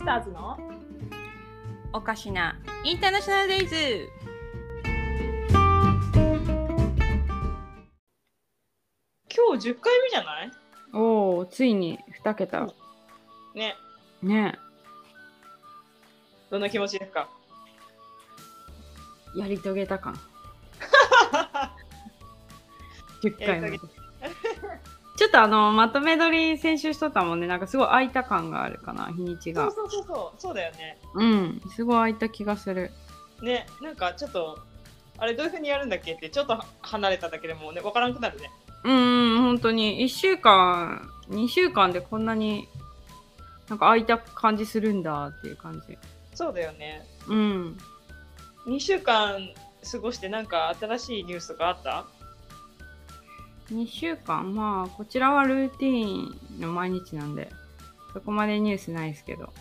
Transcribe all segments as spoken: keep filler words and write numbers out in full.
ターズのおかしなインターナショナルデイズ。 今日じゅっかいめじゃない？ おお、ついにに桁。 ね。 ねどんな気持ちですか？ やり遂げた感。じゅっかいめ。ちょっとあのまとめ撮り先週しとったもんね。なんかすごい空いた感があるかな、日にちが。 そうそうそうそうそうだよね。 うん、すごい空いた気がする。 ね、なんかちょっとあれどういう風にやるんだっけってちょっと離れただけでもね、わからんくなるね。 うん、本当にいっしゅうかん、にしゅうかんでこんなになんか空いた感じするんだっていう感じ。 そうだよね。 うん。 にしゅうかん過ごしてなんか新しいニュースとかあった？ にしゅうかん、まあこちらはルーティーンの毎日なんでそこまでニュースないですけど。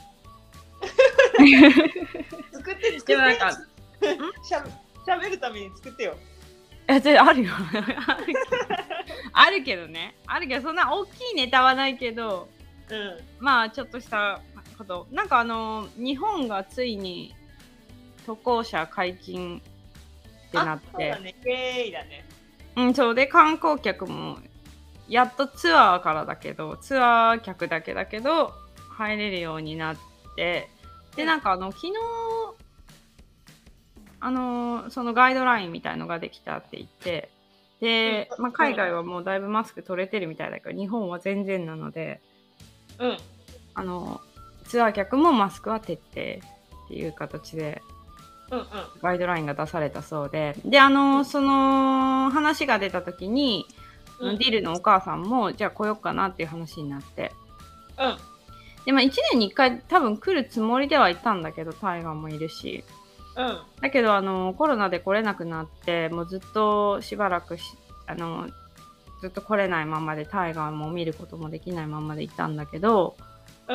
作ってる作ってでもなんかしゃしゃべるために作ってよ。 え、であるよ。あるけどあるけどね。あるけどそんな大きいネタはないけど、 うん。 まあちょっとしたこと。なんかあの日本がついに渡航者解禁ってなって。 あ、そうだね。イエーイだね。 うん、そうで観光客もやっとツアーからだけどツアー客だけだけど入れるようになって、でなんかあの昨日あのそのガイドラインみたいのができたって言って、で、まあ、海外はもうだいぶマスク取れてるみたいだけど日本は全然なので、 うん、 あのツアー客もマスクは徹底っていう形でうんうん、 ガイドラインが出されたそうで、であのその話が出た時に、うん、ディルのお母さんもじゃあ来よっかなっていう話になって、 うん、 でまあいちねんにいっかい多分来るつもりではいたんだけどタイガーもいるし、 うん、 だけどあのコロナで来れなくなってもうずっとしばらくしあのずっと来れないままでタイガーも見ることもできないままでいたんだけど、 うん、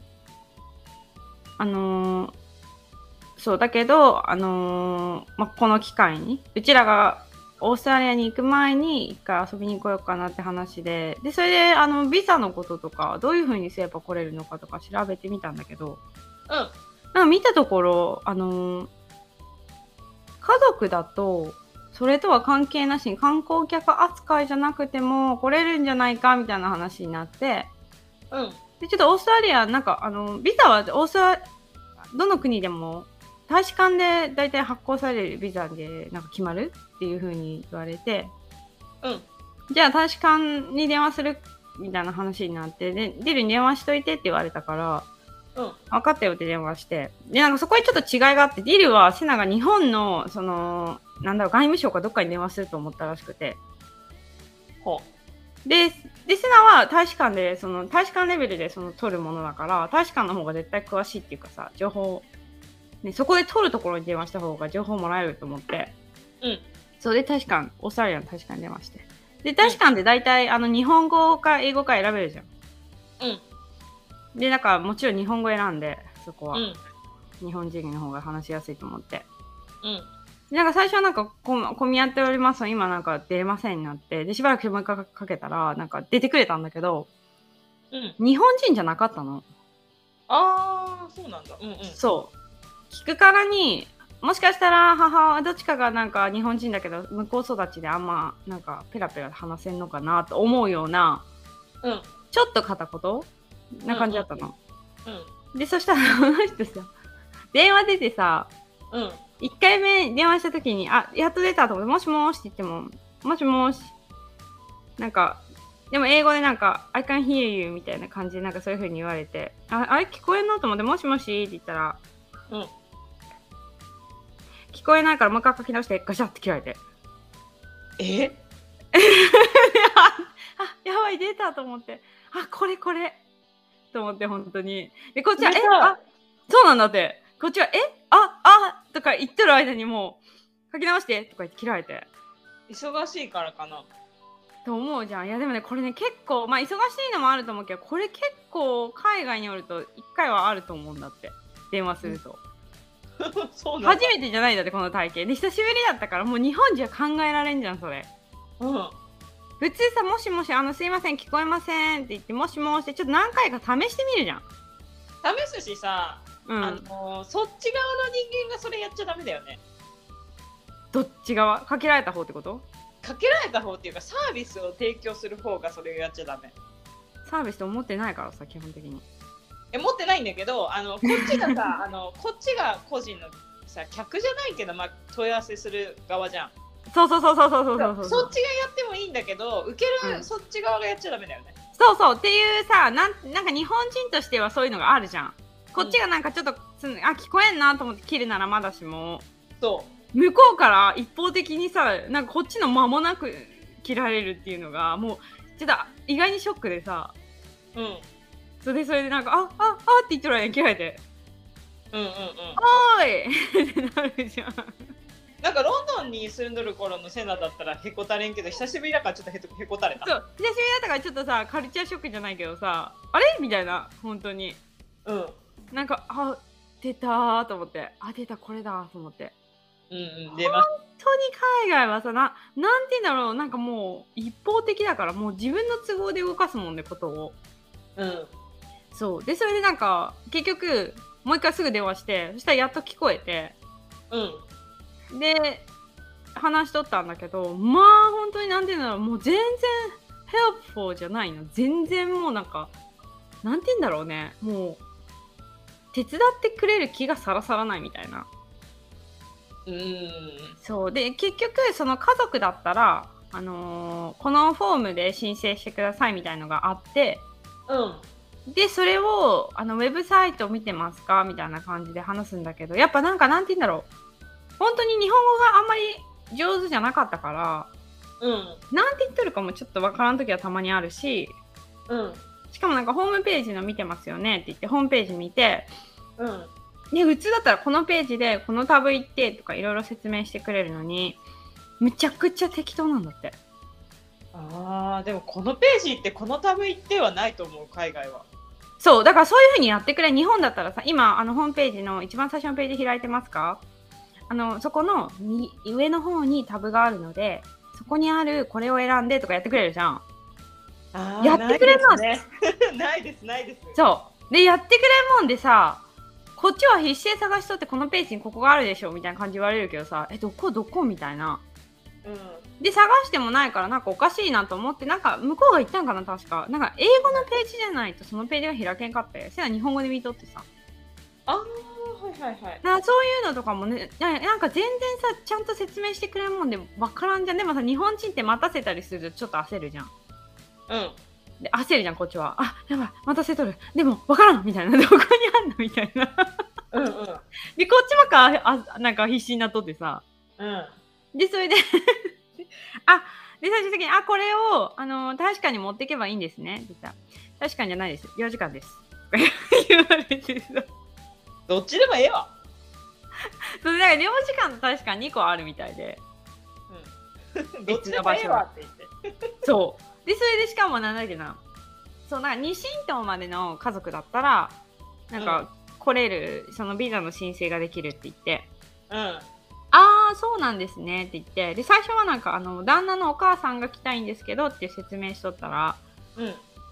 あのーそうだけど、あのーま、この機会にうちらがオーストラリアに行く前に一回遊びに来ようかなって話で、でそれであのビザのこととかどういう風にすれば来れるのかとか調べてみたんだけど、 うん、 なんか見たところ、あのー、家族だとそれとは関係なしに観光客扱いじゃなくても来れるんじゃないかみたいな話になって、 うん、 でちょっとオーストラリアなんかあのビザはオーストラリアどの国でも大使館でだいたい発行されるビザでなんか決まるっていう風に言われて、 うん、 じゃあ大使館に電話するみたいな話になって、でディルに電話しといてって言われたから、 うん、 分かったよって電話して、でなんかそこにちょっと違いがあって、ディルはセナが日本のそのなんだろう外務省かどっかに電話すると思ったらしくて、 ほうででセナは大使館でその大使館レベルでその取るものだから大使館の方が絶対詳しいっていうかさ情報ね、そこで取るところに電話した方が情報もらえると思って、 うん、 それで大使館オーストラリアの大使館に電話して、で大使館で大体あの日本語か英語か選べるじゃん。 うん、 でだからもちろん日本語選んでそこは、 うん、 日本人の方が話しやすいと思って、 うん、 でなんか最初はなんかこ混み合っております今なんか出れませんになって、でしばらくもう一回かけたらなんか出てくれたんだけど、 うん、 日本人じゃなかったの。 ああそうなんだ。うんうん、 そう聞くからにもしかしたら母はどっちかがなんか日本人だけど向こう育ちであんまなんかペラペラ話せんのかなと思うような、 うん、 ちょっと片言な感じだったの、 うんうんうん、 でそしたらあの人さ電話出てさ、 うん、 いっかいめ電話した時にあやっと出たと思ってもしもーしって言ってももしもーしなんかでも英語でなんか I can hear you みたいな感じでなんかそういう風に言われて、ああれ聞こえんのと思ってもしもしって言ったら、 うん、 聞こえないからもう一回書き直してガシャって切られて、 えあやばい出たと思って、あこれこれと思って本当に、でこっちはえあそうなんだって、こっちはえああとか言ってる間にもう書き直してとか言って切られて、 忙しいからかなと思うじゃん。いやでもねこれね結構まあ忙しいのもあると思うけど、これ結構海外におるといっかいはあると思うんだって電話すると、うん、そうなんだ。初めてじゃないんだってこの体験で、久しぶりだったからもう日本じゃ考えられんじゃんそれ。 うん、 普通さもしもしあのすいません聞こえませんって言ってもしもしってちょっと何回か試してみるじゃん。 確試すしさ、 うあん。 のそっち側の人間がそれやっちゃダメだよね。 どっち側？かけられた方ってこと？ かけられた方っていうかサービスを提供する方がそれをやっちゃダメ。 サービスと思ってないからさ、基本的に。 え持ってないんだけど、あのこっちがさあのこっちが個人のさ客じゃないけど、まあ、問い合わせする側じゃん。 そうそうそうそうそうそうそそうそう。 そっちがやってもいいんだけど、受ける、 うんそっち側がやっちゃダメだよね。 そうそうっていうさ、なんなんか日本人としてはそういうのがあるじゃん。こっちがなんかちょっとつんあ聞こえんなと思って切るならまだしも、 そ向こうから一方的にさ、なんかこっちの間もなく切られるっていうのがもうちょっと意外にショックでさ、 う。うんそれでそれでなんかあああって言ってる間に切られて、 うんうんうん。 おーいってなるじゃん。 なんかロンドンに住んどる頃のセナだったらへこたれんけど、久しぶりだからちょっとへとへこたれた。 そう久しぶりだったからちょっとさカルチャーショックじゃないけどさ、あれみたいな、本当にうんなんかあ出たーと思って、あ出たこれだと思って。 うんうん出ます。 本当に海外はさ、ななんて言うんだろう、なんかもう一方的だから、もう自分の都合で動かすもんね、ことを。 うんそうでそれでなんか結局もう一回すぐ電話して、そしたらやっと聞こえて、 うんで話しとったんだけど、まあ本当になんて言うんだろう、もう全然 helpful じゃないの。全然もうなんかなんて言うんだろうね、もう手伝ってくれる気がさらさらないみたいな。 うんそうで結局その家族だったら、あのーこのフォームで申請してくださいみたいのがあって、 うんでそれをあのウェブサイト見てますかみたいな感じで話すんだけど、やっぱなんかなんて言うんだろう、本当に日本語があんまり上手じゃなかったから、 うんなんて言っとるかもちょっとわからん時はたまにあるし、 うんしかもなんかホームページの見てますよねって言ってホームページ見て、 うんで普通だったらこのページでこのタブ行ってとかいろいろ説明してくれるのに、むちゃくちゃ適当なんだって。 あーでもこのページ行ってこのタブ行ってはないと思う、海外は。 そうだからそういう風にやってくれ。日本だったらさ、今あのホームページの一番最初のページ開いてますか、あのそこの右上の方にタブがあるので、そこにあるこれを選んでとかやってくれるじゃん。 あやってくれますね。ないですないです。 そうでやってくれるもんでさ、こっちは必死で探しとってこのページにここがあるでしょみたいな感じ言われるけどさ、えどこどこみたいな。 うんで探してもないからなんかおかしいなと思って、なんか向こうが言ったんかな、確かなんか英語のページじゃないとそのページが開けんかったよ。せや日本語で見とってさ、 あーはいはいはい。 だからそういうのとかもね、ななんか全然さちゃんと説明してくれるもんで分からんじゃん。でもさ日本人って待たせたりするとちょっと焦るじゃん。 うんで焦るじゃんこっちは。あやばい待たせとる、でも分からんみたいな、どこにあんのみたいな。 うんうんでこっちばっかあなんか必死になっとってさ、 うんでそれであで最終的にあこれをあの確かに持っていけばいいんですねって言ったら、確かにじゃないです、よじかんです言われてさ、 どっちでもええわ。 それだから領事館と確かにこあるみたいで、 うん、どっちでもええわって言って。 そうでそれでしかもなんだっけな、そうなんかに神道までの家族だったらなんか来れる、そのビザの申請ができるって言って、 うんああそうなんですねって言って、で最初はなんかあの旦那のお母さんが来たいんですけどって説明しとったら、 うん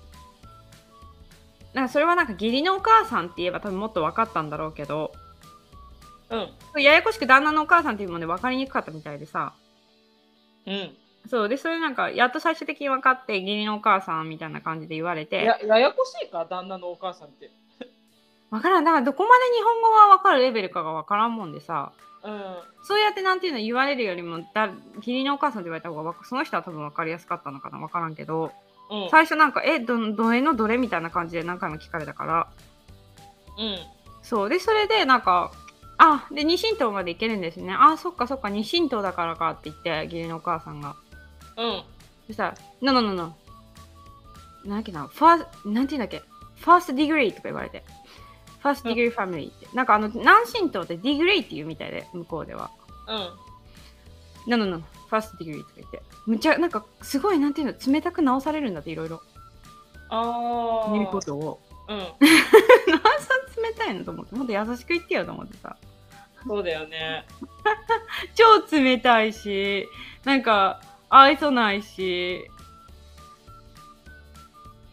なんかそれはなんか義理のお母さんって言えば多分もっと分かったんだろうけど、 うんややこしく旦那のお母さんっていうもんで分かりにくかったみたいでさ、 うんそうでそれなんかやっと最終的に分かって、義理のお母さんみたいな感じで言われて、 やややこしいか旦那のお母さんって。 分からん、だからどこまで日本語が分かるレベルかが分からんもんでさ、 うんそうやってなんていうの言われるよりもだ義理のお母さんって言われた方がわかその人は多分分かりやすかったのかな、分からんけど、 うん最初なんかえどどれのどれみたいな感じで何回も聞かれたから、 うんそうでそれでなんかあでに神道まで行けるんですね、あそっかそっかに神道だからかって言って義理のお母さんが、 うんそしたら「ノノノノなんだっけなファーなんていうんだっけファーストディグリーとか言われて、ファーストディグリーファミリーってなんかあの南神道ってディグリーっていうみたいで向こうではうんノノノノファーストディグリーとか言って、むちゃなんかすごいなんていうの冷たく直されるんだっていろいろああ言うことをうんなんさ冷たいのと思って、もっと優しく言ってよと思ってさ、 そうだよね。 超冷たいしなんか愛想ないし、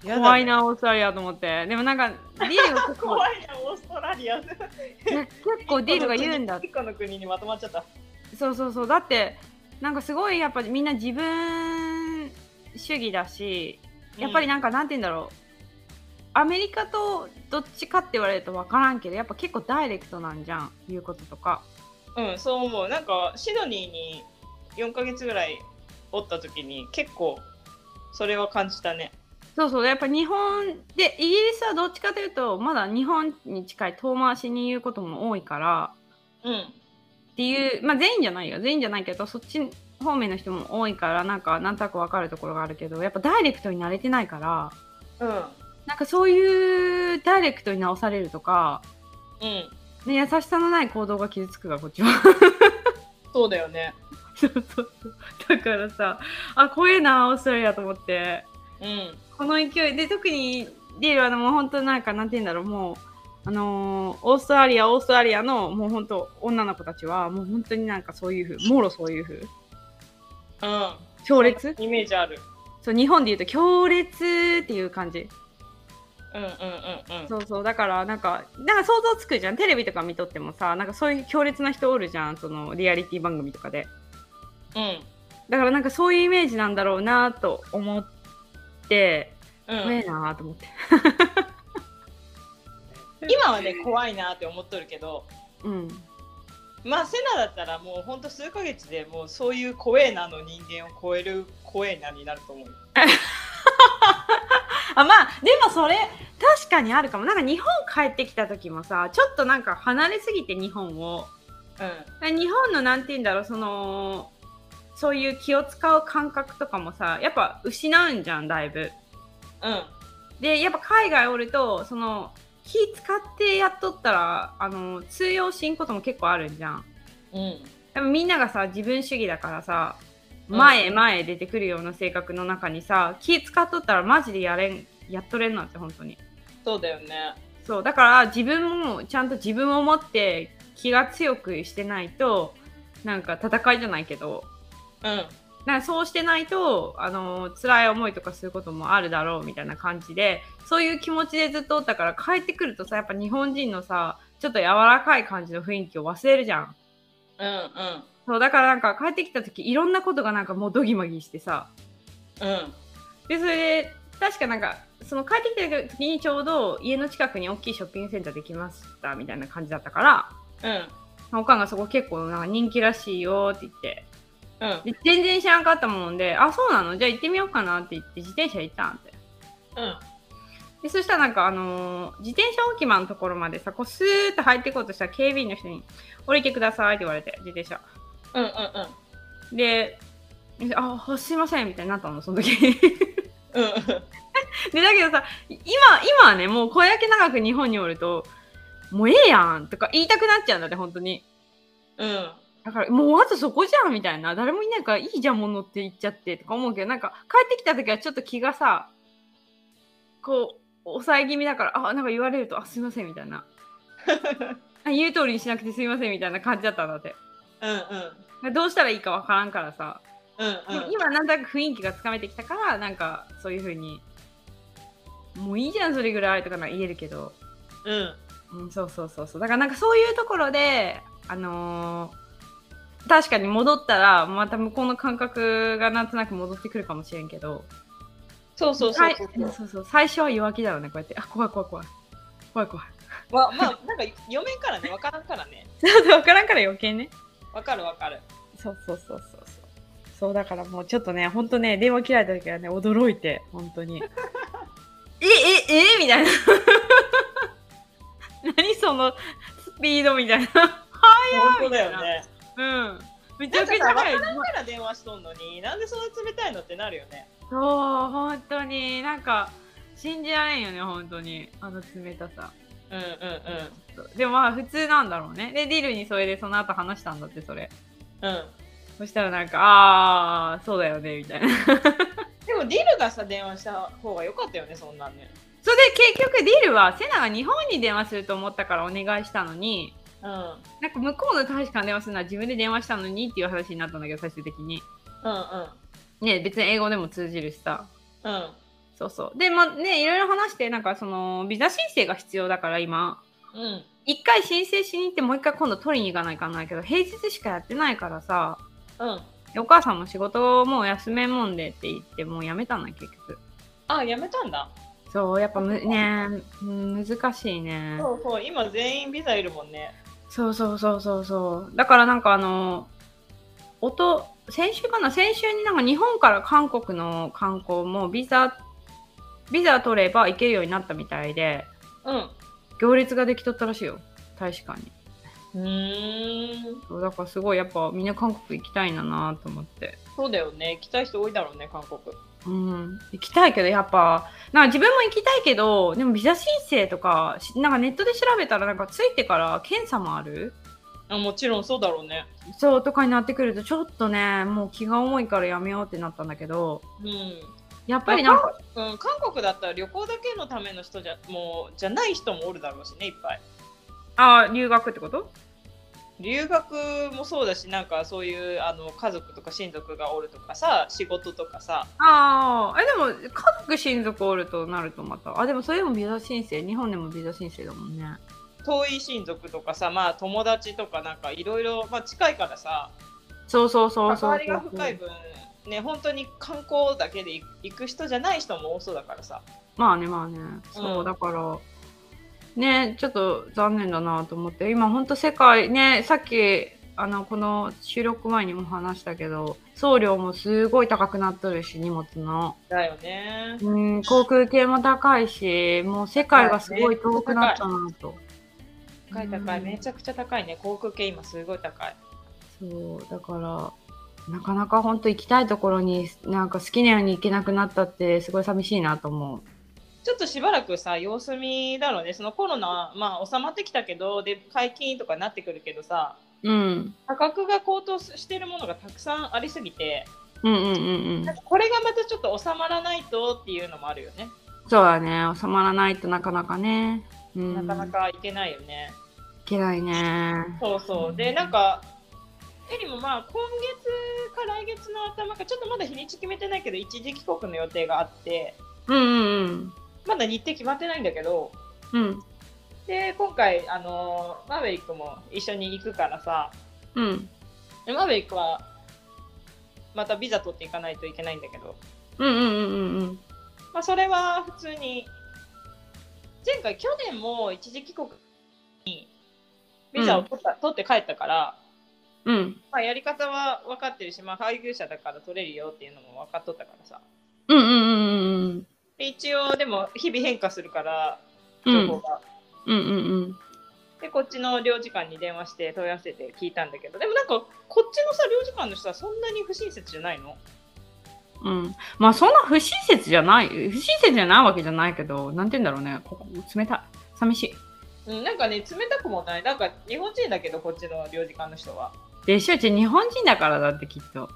やだね怖いなオーストラリアと思って。でもなんかディールが結構怖いなオーストラリア。 ね結構ディールが言うんだ。 一個の国にまとまっちゃった。 そうそうそう。だってなんかすごいやっぱみんな自分主義だし、やっぱりなんかなんて言うんだろう。アメリカとどっちかって言われると分からんけど、やっぱ結構ダイレクトなんじゃん、言うこととか。 うん、そう思う。なんかシドニーによんかげつぐらいおった時に結構それは感じたね。 そうそう、やっぱ日本でイギリスはどっちかというとまだ日本に近い遠回しに言うことも多いから、 うん、 っていう、まあ全員じゃないよ、全員じゃないけどそっち方面の人も多いからなんかなんとなく分かるところがあるけど、やっぱダイレクトに慣れてないから、 うん、 なんかそういうダイレクトに直されるとか、 うん、 ね、優しさのない行動が傷つくがこっちは。 そうだよね。 そうそうそう。だからさ、あ、怖えなオーストラリアと思って。 うん、 この勢いで特にディールはもう本当なんかなんて言うんだろう、もうあのー、オーストラリアオーストラリアのもう本当女の子たちはもう本当になんかそういう風もろそういう風、 うん、 強烈イメージある。 そう日本で言うと強烈っていう感じ。 うんうんうんうん。 そうそうだからなんかなんか想像つくじゃん、テレビとか見とってもさ、なんかそういう強烈な人おるじゃん、そのリアリティ番組とかで。 うん、 だからなんかそういうイメージなんだろうなと思って、 うん、 怖えなと思って。 今はね怖いなって思っとるけど、 うん、 まあセナだったらもうほんと数ヶ月でもうそういう怖えなの人間を超える怖えなになると思う。 あ、まあでもそれ確かにあるかも。なんか日本帰ってきた時もさ、ちょっとなんか離れすぎて日本を、うん、日本のなんて言うんだろう、そのそういう気を使う感覚とかもさやっぱ失うんじゃんだいぶ。 うん、 でやっぱ海外おるとその気使ってやっとったらあの通用しんことも結構あるんじゃん。 うん、 でもみんながさ自分主義だからさ、前へ前へ出てくるような性格の中にさ、気使っとったらマジでやれんやっとれんなんて本当に。 そうだよね。 そうだから自分もちゃんと自分を持って気が強くしてないと、なんか戦いじゃないけど、 うん、 なんかそうしてないとあの辛い思いとかすることもあるだろうみたいな感じで、そういう気持ちでずっとおったから帰ってくるとさ、やっぱ日本人のさちょっと柔らかい感じの雰囲気を忘れるじゃん。 うん、うん、 そうだからなんか帰ってきた時いろんなことがなんかもうドギマギしてさ、 うん、 でそれで確かなんかその帰ってきた時にちょうど家の近くに大きいショッピングセンターできましたみたいな感じだったから、 うん、 おかんがそこ結構なんか人気らしいよって言って、 うん、 で全然知らんかったもんで、あ、そうなの、じゃあ行ってみようかなって言って自転車行ったんって。 うん、 でそしたらなんかあのー、自転車置き場のところまでさこうスーッと入っていこうとしたら警備員の人に降りてくださいって言われて、自転車。 うん、うん、うん。 で、あ、すいませんみたいになったのその時。 うん、 でだけどさ、今今はねもうこれだけ長く日本におるともうええやんとか言いたくなっちゃうんだって本当に。 うん。 だからもうあとそこじゃんみたいな、誰もいないからいいじゃんものって言っちゃってとか思うけど、なんか帰ってきた時はちょっと気がさこう抑え気味だから、あ、なんか言われるとあすいませんみたいな言う通りにしなくてすいませんみたいな感じだったんだって。 うん、うん。 どうしたらいいかわからんからさ、 うん、うん。 今なんとなく雰囲気がつかめてきたからなんかそういう風にもういいじゃんそれぐらいとか言えるけど、 うん、 うん、そうそうそうそう、だからなんかそういうところであのー、確かに戻ったらまた向こうの感覚がなんとなく戻ってくるかもしれんけど、 そうそうそうそうそうそう、最初は弱気だよね、こうやってあ怖い怖い怖い怖い怖いまあまあなんか読めんからね、分からんからね。 そうそう分からんから余計ね。 分かる分かる。 そうそうそうそうそうそうだからもうちょっとね、ほんとね電話切られた時はね驚いて本当にえええみたいな何そのスピードみたいな早い本当だよね。 うん、めちゃくちゃ分か早い。 らんから電話しとんのになんでそんな冷たいのってなるよね。 そう本当になんか信じられんよね本当にあの冷たさ。 うんうんうん。でもまあ普通なんだろうね。でディルにそれでその後話したんだってそれ。 うん。 そしたらなんかああそうだよねみたいなでもディルがさ電話した方が良かったよね、そんなんね。 それで結局ディルはセナが日本に電話すると思ったからお願いしたのに、 うん、 なんか向こうの大使館に電話するのは自分で電話したのにっていう話になったんだけど、最終的にうんうんね、別に英語でも通じるしさ、 うんそうそう。で、まあね、いろいろ話して、なんかその、ビザ申請が必要だから今、 うん。 一回申請しに行ってもう一回今度取りに行かないかんないけど、平日しかやってないからさ、 うん。 お母さんも仕事もう休めんもんでって言ってもうやめたんだ結局。 あ、やめたんだ。 そうやっぱむね難しいね。 そうそう、今全員ビザいるもんね。 そうそうそうそうそう。だからなんかあの音先週かな先週になんか日本から韓国の観光もビザビザ取れば行けるようになったみたいで、 うん。 行列ができとったらしいよ大使館に。 うーん。 そうだからすごいやっぱみんな韓国行きたいんだなと思って。 そうだよね。行きたい人多いだろうね、韓国。 うん、行きたいけどやっぱなんか自分も行きたいけどでもビザ申請とかなんかネットで調べたらなんかついてから検査もあるあ、もちろんそうだろうね。 そうとかになってくるとちょっとねもう気が重いからやめようってなったんだけど、 うん。 やっぱりなんか、 うん、韓国だったら旅行だけのための人じゃもうじゃない人もおるだろうしね、いっぱい。 あ留学ってこと？ 留学もそうだし、なんかそういうあの家族とか親族がおるとかさ、仕事とかさ。 ああ、えでも家族親族おるとなるとまたあでもそれでもビザ申請日本でもビザ申請だもんね。 遠い親族とかさ、まあ友達とかなんかいろいろ、まあ近いからさ、 そうそうそうそうそう関わりが深い分ね、本当に観光だけで行く人じゃない人も多そうだからさ。 まあねまあねそう、 うん、 だからねちょっと残念だなと思って今ほんと世界ねさっきあのこの収録前にも話したけど送料もすごい高くなっとるし荷物のだよね。 うん航空系も高いしもう世界がすごい遠くなったなと。 高い高い、めちゃくちゃ高いね。航空系今すごい高い。 そうだからなかなか本当行きたいところになんか好きなように行けなくなったってすごい寂しいなと思う。 ちょっとしばらくさ様子見だろうね。そのコロナまあ収まってきたけどで解禁とかになってくるけどさ、 うん、 価格が高騰してるものがたくさんありすぎて、 うんうんうんうんなんかこれがまたちょっと収まらないとっていうのもあるよね。 そうだね収まらないとなかなかね、うん、 なかなかいけないよね。 いけないね。 そうそうでなんかエリもまあ今月か来月の頭かちょっとまだ日にち決めてないけど一時帰国の予定があってうんうんうんまだ日程決まってないんだけど、 うんで今回あのマーヴェリックも一緒に行くからさ、 うんでマーヴェリックはまたビザ取っていかないといけないんだけど、 うんうんうんうんうんまあ、それは普通に前回去年も一時帰国にビザを取った、うん、取って帰ったから、 うんまあ、やり方は分かってるし、まあ、配偶者だから取れるよっていうのも分かっとったからさ、 うんうんうんうんで一応でも日々変化するから情報が、 うんうんうんでこっちの領事館に電話して問い合わせて聞いたんだけど、でもなんかこっちのさ領事館の人はそんなに不親切じゃないの？ うん、まあそんな不親切じゃない不親切じゃないわけじゃないけどなんて言うんだろうねここ冷たい寂しい、 うん、なんかね冷たくもない、なんか日本人だけどこっちの領事館の人はでしょち日本人だからだってきっと。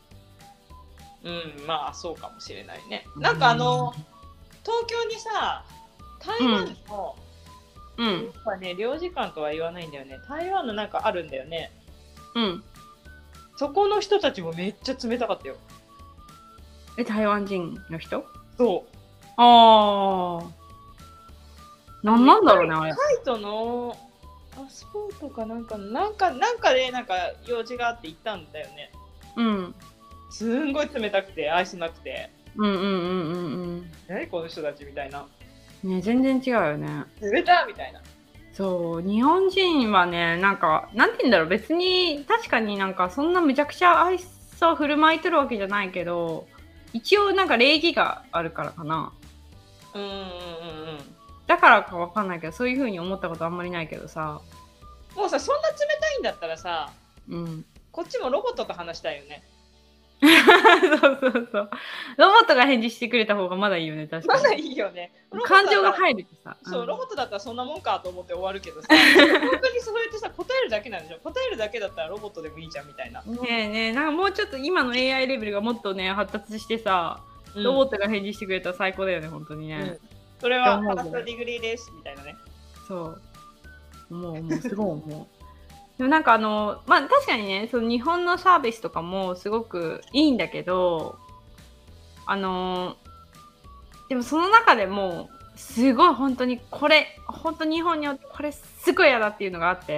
うんまあそうかもしれないね。なんかあの、うん、東京にさ台湾の、うん、やっぱね領事館とは言わないんだよね、台湾のなんかあるんだよね。 うんそこの人たちもめっちゃ冷たかったよ。 え台湾人の人？ そう。 ああ。なんなんだろうねあれ。 カイトのパスポートかなんかなんかなんかでなんか用事があって行ったんだよね。 うん。 すんごい冷たくて愛想なくて。 うんうんうんうんうん。 何この人たちみたいな。 ね全然違うよね。 冷たみたいな。 そう日本人はねなんかなんて言うんだろう別に確かになんかそんなむちゃくちゃ愛想振る舞いとるわけじゃないけど一応なんか礼儀があるからかな。 うんうんうんうん。 だからかわかんないけどそういう風に思ったことあんまりないけどさ。 もうさそんな冷たいんだったらさ、 うん、 こっちもロボットと話したいよね。 そうそうそう。ロボットが返事してくれた方がまだいいよね確かに。 まだいいよね。 感情が入るってさ。 そう、うん、ロボットだったらそんなもんかと思って終わるけどさ本当にそうやってさ答えるだけなんでしょ。答えるだけだったらロボットでもいいじゃんみたいな。 ねえねえなんかもうちょっと今の エーアイ レベルがもっとね発達してさ、うん、ロボットが返事してくれたら最高だよね本当にね。うん、 それはファーストディグリーですみたいなね。 そうもうもうすごい思う。でもなんかあのまあ確かにねその日本のサービスとかもすごくいいんだけどあのでもその中でもすごい本当にこれ本当日本によってこれすごい嫌だっていうのがあって、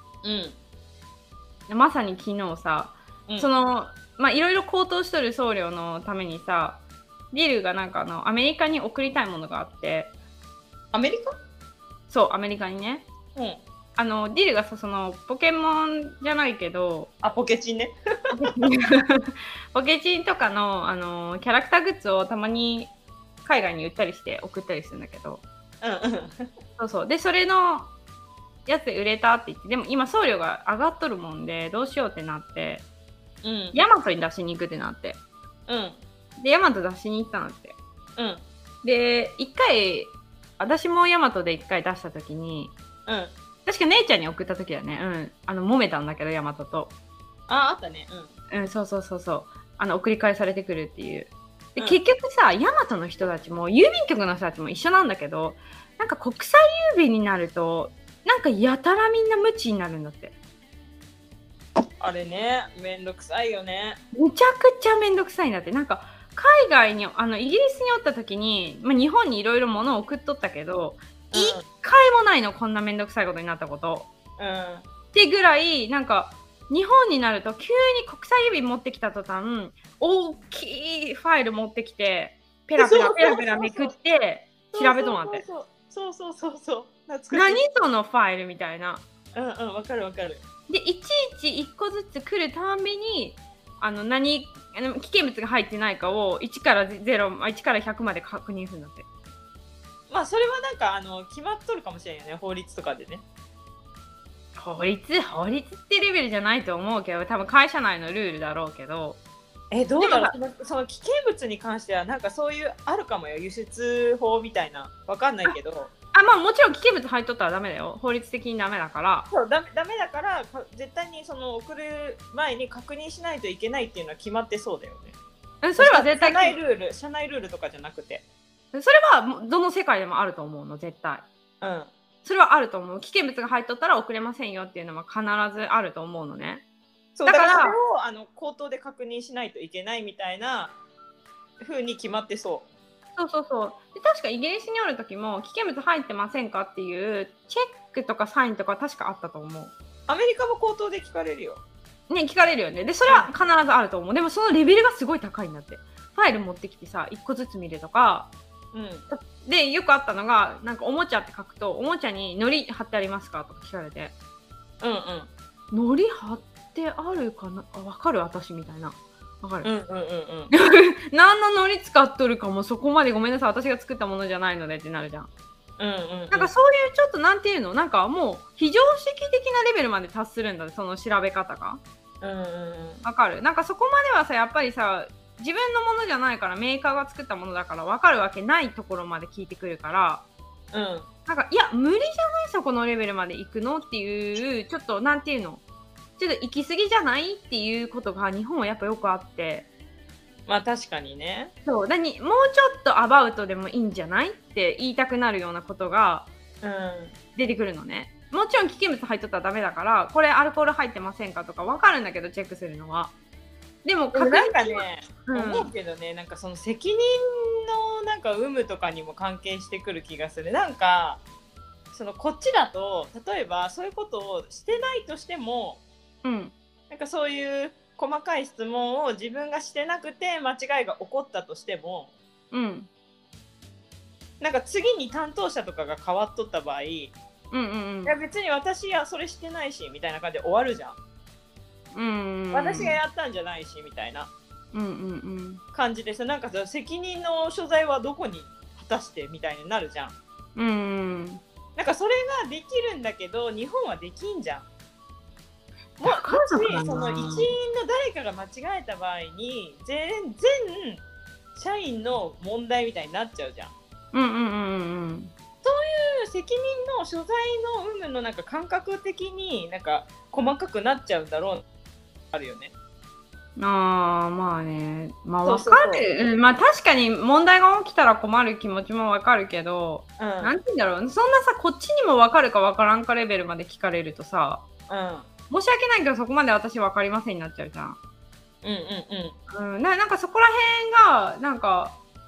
うん、 まさに昨日さ、うん、そのまあいろいろ高騰しとる送料のためにさ、ディルがなんかあのアメリカに送りたいものがあって。 アメリカ？ そうアメリカにね。 うん。 あのディルがさ、そのポケモンじゃないけど、 あ、ポケチンね。 ポケチンとかのあのキャラクターグッズをたまに海外に売ったりして送ったりするんだけど、 うんうん、 そうそう。でそれのやつで売れたって言って、でも今送料が上がっとるもんでどうしようってなって、うん、ヤマトに出しに行くってなって、うん、でヤマト出しに行ったんだって、うん、で一回私もヤマトで一回出した時に、うん、確か姉ちゃんに送った時だね、うん、あの揉めたんだけどヤマトと。 あ、あったね。 うん、うん、そうそうそうそう、あの送り返されてくるっていう。で、うん、結局さ、ヤマトの人たちも郵便局の人たちも一緒なんだけど、なんか国際郵便になるとなんかやたらみんな無知になるんだって。 あれね、めんどくさいよね。 めちゃくちゃめんどくさいんだって。なんか海外にあのイギリスにおった時に、まあ、日本にいろいろ物を送っとったけど、一、うん、回もないの、こんなめんどくさいことになったこと。うん、ってぐらい、なんか日本になると急に国際郵便持ってきた途端、大きいファイル持ってきてペラペラペラペラめくって調べとまって。 そうそうそうそう。 何そのファイルみたいな。 うんうん、わかるわかる。 でいちいちいっこずつ来るたんびに、あの何あの危険物が入ってないかをいちからゼロ、いちからひゃくまで確認するんだって。 まあそれはなんかあの決まっとるかもしれないよね、法律とかでね。 法律法律ってレベルじゃないと思うけど、多分会社内のルールだろうけど。 え、どうだろう。その、その危険物に関してはなんかそういうあるかもよ、輸出法みたいな。わかんないけど。 あ、まあもちろん危険物入っとったらダメだよ。法律的にダメだから。 そう、ダメ、ダメだから絶対にその送る前に確認しないといけないっていうのは決まってそうだよね。 それは絶対社内ルール、社内ルールとかじゃなくて。 それはどの世界でもあると思うの、絶対。うん。それはあると思う。危険物が入っとったら送れませんよっていうのは必ずあると思うのね。 そうだから、それをあの口頭で確認しないといけないみたいな風に決まってそう。 そうそうそう。で確かイギリスにおる時も危険物入ってませんかっていうチェックとかサインとか確かあったと思う。 アメリカも口頭で聞かれるよ。 ね、聞かれるよね。でそれは必ずあると思う。でもそのレベルがすごい高いんだって。ファイル持ってきてさ、いっこずつ見るとか。うん、でよくあったのが、なんかおもちゃって書くと、おもちゃに糊貼ってありますかとか聞かれて、うんうん、糊貼ってあるかな、あ、分かる私みたいな、分かる、うんうんうんうん、何の糊使っとるかもそこまでごめんなさい、私が作ったものじゃないのでってなるじゃん。うんうんうん、なんかそういうちょっとなんていうの、なんかもう非常識的なレベルまで達するんだ、その調べ方が。うんうんうん、分かる。なんかそこまではさ、やっぱりさ、自分のものじゃないから、メーカーが作ったものだから分かるわけないところまで聞いてくるから、うん、なんかいや無理じゃない、そこのレベルまで行くのっていう、ちょっとなんていうの、ちょっと行き過ぎじゃないっていうことが日本はやっぱよくあって。 まあ確かにね。 そうだに、もうちょっとアバウトでもいいんじゃないって言いたくなるようなことが出てくるのね。うん、もちろん危険物入っとったらダメだから、これアルコール入ってませんかとか分かるんだけど、チェックするのは。でもなんかね、うん、思うけどね、なんかその責任のなんか有無とかにも関係してくる気がする。なんかそのこっちだと、例えばそういうことをしてないとしても、うん、なんかそういう細かい質問を自分がしてなくて間違いが起こったとしても、うん、なんか次に担当者とかが変わっとった場合、うんうんうん、いや別に私はそれしてないしみたいな感じで終わるじゃん。うん、私がやったんじゃないしみたいな感じです。なんかさ、責任の所在はどこに果たしてみたいになるじゃん。うん、なんかそれができるんだけど日本はできんじゃん。も, もしその一員の誰かが間違えた場合に全全社員の問題みたいになっちゃうじゃん。うんうんうんうん。そういう責任の所在の有無のなんか感覚的になんか細かくなっちゃうんだろう。あるよね。 ああ、まあね、まあわかる。うん、まあ確かに問題が起きたら困る気持ちもわかるけど、うん、なんて言うんだろう、そんなさ、こっちにもわかるかわからんかレベルまで聞かれるとさ、うん、申し訳ないけどそこまで私わかりませんになっちゃうじゃん。うんうんうん。うん、な, なんかそこら辺がなんか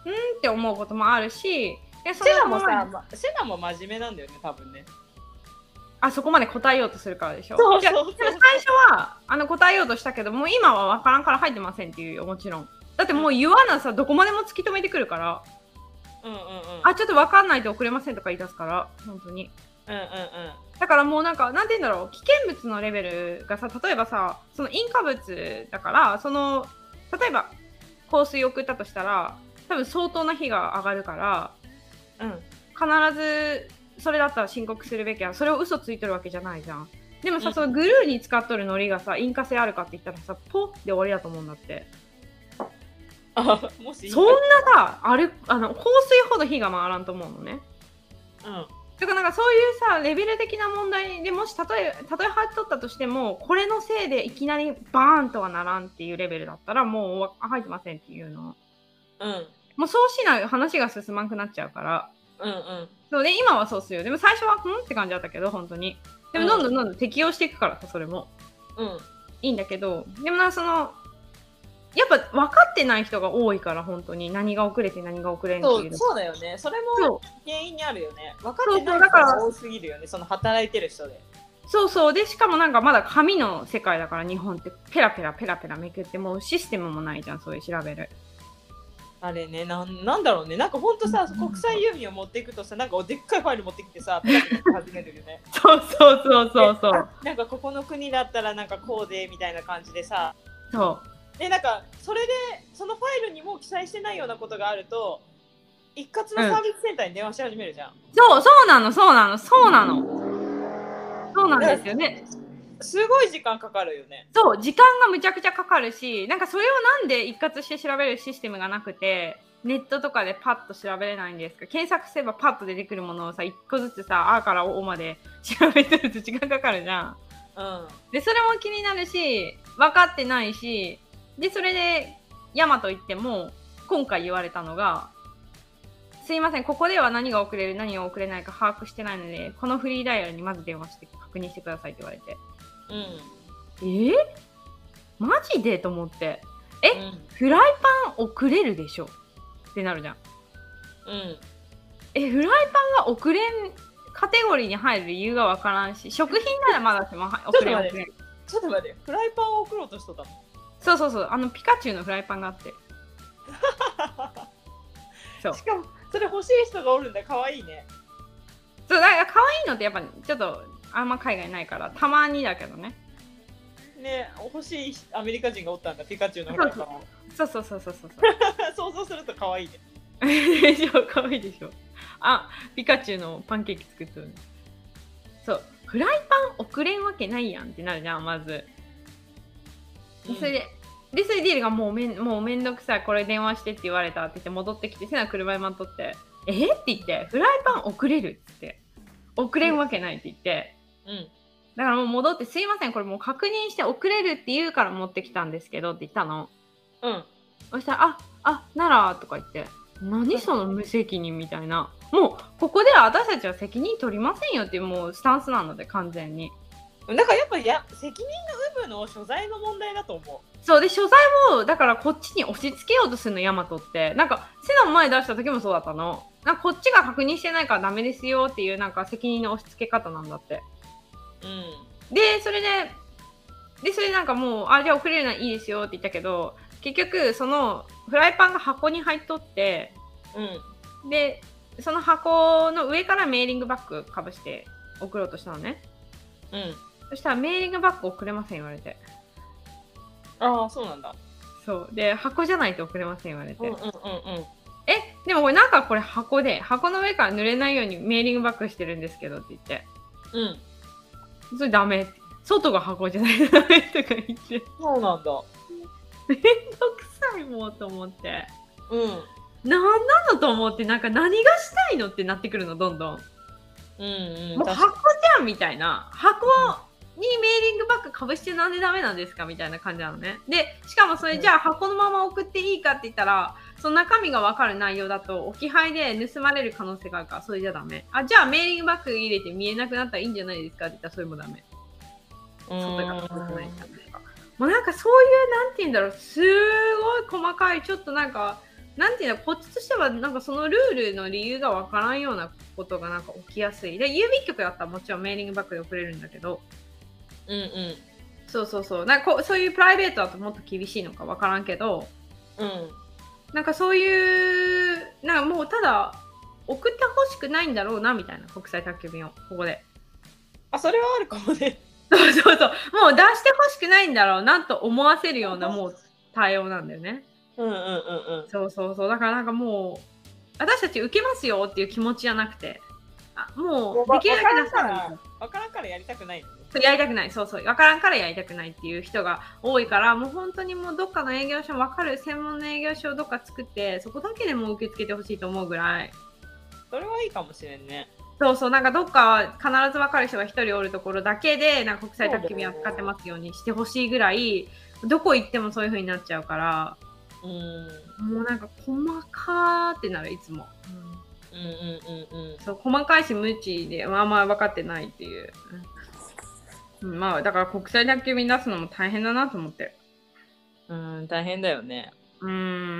って思うこともあるし、でそセナものままさ、まセナも真面目なんだよね多分ね。 あそこまで答えようとするからでしょ。 そうそういやそうそうでも最初はあの答えようとしたけど、もう今は分からんから入ってませんっていうよ、もちろん。だってもう言わなさ、どこまでも突き止めてくるから、 うんうんうんあ、ちょっと分かんないと送れませんとか言い出すから、本当に。 うんうんうんだからもうなんか、なんて言うんだろう、危険物のレベルがさ、例えばさ、その引火物だから、その、例えば香水送ったとしたら、多分相当な火が上がるから、 うん必ずそれだったら申告するべきや、それを嘘ついてるわけじゃないじゃん。でもさ、 うん、 そのグルーに使っとるノリがさ、引火性あるかって言ったらさ、ポッで終わりだと思うんだって。 あもしそんなさ、あれ、あの、香水ほど火が回らんと思うのね。 うんだからなんかそういうさ、レベル的な問題でもし、例え、たとえ入っとったとしても、これのせいでいきなりバーンとはならんっていうレベルだったら、もうあ入ってませんっていうの。 うんもうそうしない話が進まんくなっちゃうから。 うんうんそうで、今はそうっすよ。でも最初は、んって感じだったけど、本当に。でもどんどんどんどん適用していくからさ、それも。 うんいいんだけど、でもな、その、やっぱ分かってない人が多いから、本当に。何が遅れて何が遅れんっていう。 そうそうだよね。それそも原因にあるよね。分かそうってない人そうだからが多すぎるよね。その働いてる人で。 そうそうで、しかもなんかまだ紙の世界だから、日本ってペラペラペラペラめくって、もうシステムもないじゃん、そういう調べる。 あれね、なんなんだろうね。なんかほんとさ、 うん国際郵便を持っていくとさ、なんかでっかいファイル持ってきてさ、ペラペラって始めるよね。 そうそうそうそうそうあなんかここの国だったらなんかこうでみたいな感じでさ。 そうで、なんかそれでそのファイルにも記載してないようなことがあると、一括のサービスセンターに電話し始めるじゃん。 そうそうなのそうなのそうなのそうなんですよね。 すごい時間かかるよね。 そう時間がむちゃくちゃかかるし、なんかそれをなんで一括して調べるシステムがなくて、ネットとかでパッと調べれないんですか。検索すればパッと出てくるものをさ、一個ずつさ、あからおまで調べてると時間かかるじゃん。 うん。 でそれも気になるし、分かってないし、でそれでヤマト行っても今回言われたのが、すいません、ここでは何が遅れる何が遅れないか把握してないので、このフリーダイヤルにまず電話して確認してくださいって言われて、 うん。 えー、マジでと思って、え、 うん、 フライパン遅れるでしょってなるじゃん。 うん。 え、フライパンが遅れんカテゴリーに入る理由がわからんし、食品ならまだしも遅れん遅れん。 ちょっと待って、フライパンを送ろうとしとったの？ そうそうそう、あのピカチュウのフライパンがあって。そうしかもそれ欲しい人がおるんだ。かわいいね。 そうだから可愛いのってやっぱちょっとあんま海外ないからたまにだけどね。 ね、欲しいアメリカ人がおったんだ、ピカチュウのフライパンを。 そうそうそうそうそう想像するとかわいいね。 でしょ、可愛いでしょ。あ、ピカチュウのパンケーキ作ってる。そう、フライパン遅れんわけないやんってなるじゃん、まず。でそれで、うん、でそれでディールがもうめんもうめんどくさい、これ電話してって言われたって言って戻ってきて、せな車に待っとって、えー、って言って、フライパン遅れるって言って、遅れんわけないって言って、 うん。 だからもう戻って、すいません、これもう確認して遅れるって言うから持ってきたんですけどって言ったの。 うん。 そしたら、あ、あ、ならとか言って、何その無責任みたいな。もう、ここでは私たちは責任取りませんよっていうもうスタンスなので、完全に。 だからやっぱや責任の有無の所在の問題だと思う。 そうで、所在を、だからこっちに押し付けようとするの、ヤマトって。なんか、セナも前出した時もそうだったの。なんかこっちが確認してないからダメですよっていう、なんか責任の押し付け方なんだって。 うん。 で、それで、で、それでなんかもう、あ、じゃあ送れるのはいいですよって言ったけど、結局、その、フライパンが箱に入っとって、 うん。 で、その箱の上からメーリングバッグかぶして送ろうとしたのね。 うん。 そしたらメーリングバッグ送れません言われて。 ああ、そうなんだ。 そう。で、箱じゃないと送れません言われて。 うんうんうんうん。 え、でもこれなんかこれ箱で、箱の上から濡れないようにメーリングバッグしてるんですけどって言って。 うん。 それダメって。外が箱じゃないとダメとか言って。 そうなんだ。 めんどくさいもうと思って。 うん。 なんなのと思って、なんか何がしたいのってなってくるの、どんどん。 うんうん。 もう箱じゃんみたいな。箱にメーリングバッグかぶしてなんでダメなんですかみたいな感じなのね。で、しかもそれじゃあ箱のまま送っていいかって言ったら、その中身が分かる内容だと置き配で盗まれる可能性があるから、それじゃダメ。あ、じゃあメーリングバッグ入れて見えなくなったらいいんじゃないですかって言ったらそれもダメ。外がかぶってないか。もうなんかそういうなんて言うんだろう、すごい細かいちょっとなんかなんていうの、こっちとしてはなんかそのルールの理由がわからんようなことがなんか起きやすい。で、郵便局だったらもちろんメーリングバッグで送れるんだけど、 うんうん。 そうそうそう。なんかこうそういうプライベートだともっと厳しいのかわからんけど、 うん。 なんかそういう、なんかもうただ送ってほしくないんだろうなみたいな、国際宅急便をここで。 あ、それはあるかもね。 そうそうそう。もう出してほしくないんだろうなと思わせるようなもう対応なんだよね。 うんうんうんうん。 そうそうそう。だからなんかもう私たち受けますよっていう気持ちじゃなくて、あもうできるだけ出さないと。 わからんからやりたくないのね。 そうやりたくない。そうそう。わからんからやりたくないっていう人が多いから、もう本当にもうどっかの営業所わかる専門の営業所をどっか作って、そこだけでも受け付けてほしいと思うぐらい。 それはいいかもしれんね。 そうそう、なんかどっか必ず分かる人が一人おるところだけでなんか国際宅急便扱ってますようにしてほしいぐらい、どこ行ってもそういう風になっちゃうから、 うん。 もうなんか細かーってなるいつも、 うんうんうんうん。 そう細かいし無知であんま分かってないっていう、うん、まあだから国際宅急便出すのも大変だなと思って。 うん、大変だよね。 うん、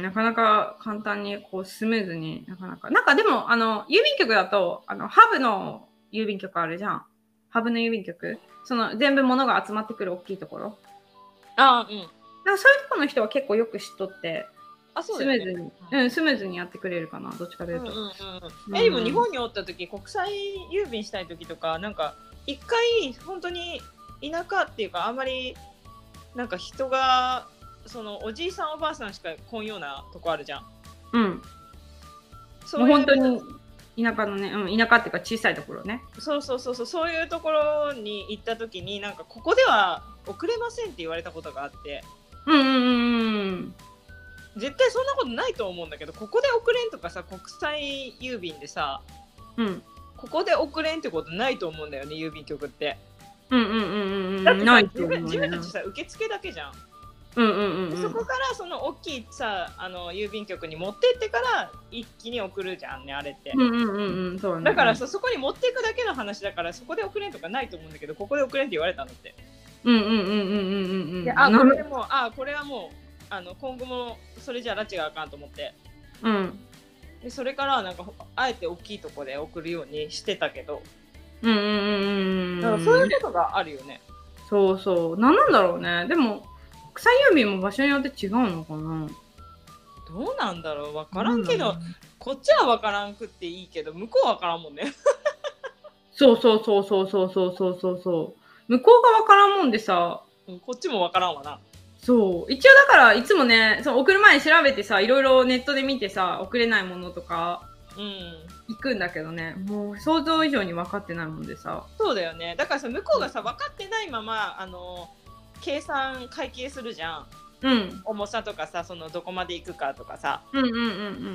なかなか簡単にこうスムーズになかなかなんかでもあの郵便局だとあのハブの郵便局あるじゃん。ハブの郵便局、その全部物が集まってくる大きいところ。 ああ、うん。 なんかそういうところの人は結構よく知っとって、 あ、そうスだよね。 ムーズに、うん、スムーズにやってくれるかな、どっちかというと。 うんうんうんうん、 え、でも日本におった時、国際郵便したい時とか、なんか一回本当に田舎っていうか、あんまりなんか人がそのおじいさんおばあさんしか来んようなとこあるじゃん。 うん。 そういうもう本当に田舎のね、うん、田舎っていうか小さいところね。 そうそうそうそう、そういうところに行った時になんかここでは送れませんって言われたことがあって、 うんうんうんうん。 絶対そんなことないと思うんだけど、ここで送れんとかさ、国際郵便でさ、 うん。 ここで送れんってことないと思うんだよね、郵便局って。 うんうんうんうんうん。 だってさ、 ないと自思うね。 分自分たちさ、受付だけじゃん。 うんうんうんうん。 そこからその大きいさ、あの郵便局に持ってってから一気に送るじゃんね、あれって。 うんうんうんうん、そうね。 だからさ、そこに持っていくだけの話だから、そこで送れんとかないと思うんだけど、ここで送れんって言われたのって。 うんうんうんうんうんうんうん。 で、あ、これでもう、あ、これはもう、あの今後もそれじゃ拉致があかんと思って。 うん。 で、それからなんかあえて大きいとこで送るようにしてたけど、 うんうんうんうん。 だからそういうことがあるよね。 そうそう。なんなんだろうね。でも国際郵便も場所によって違うのかな。 どうなんだろう、分からんけど、こっちは分からんくっていいけど、向こうは分からんもんね。 そうそうそうそうそうそうそうそうそう。向こうが分からんもんでさ、 うん、こっちも分からんわな。 そう一応だからいつもね、その送る前に調べてさ、いろいろネットで見てさ、送れないものとかうん、 行くんだけどね、もう想像以上に分かってないもんでさ。 そうだよね。だからさ、向こうがさ分かってないままあの計算会計するじゃん。 うん。 重さとかさ、そのどこまで行くかとかさ。 うんうんうんうん。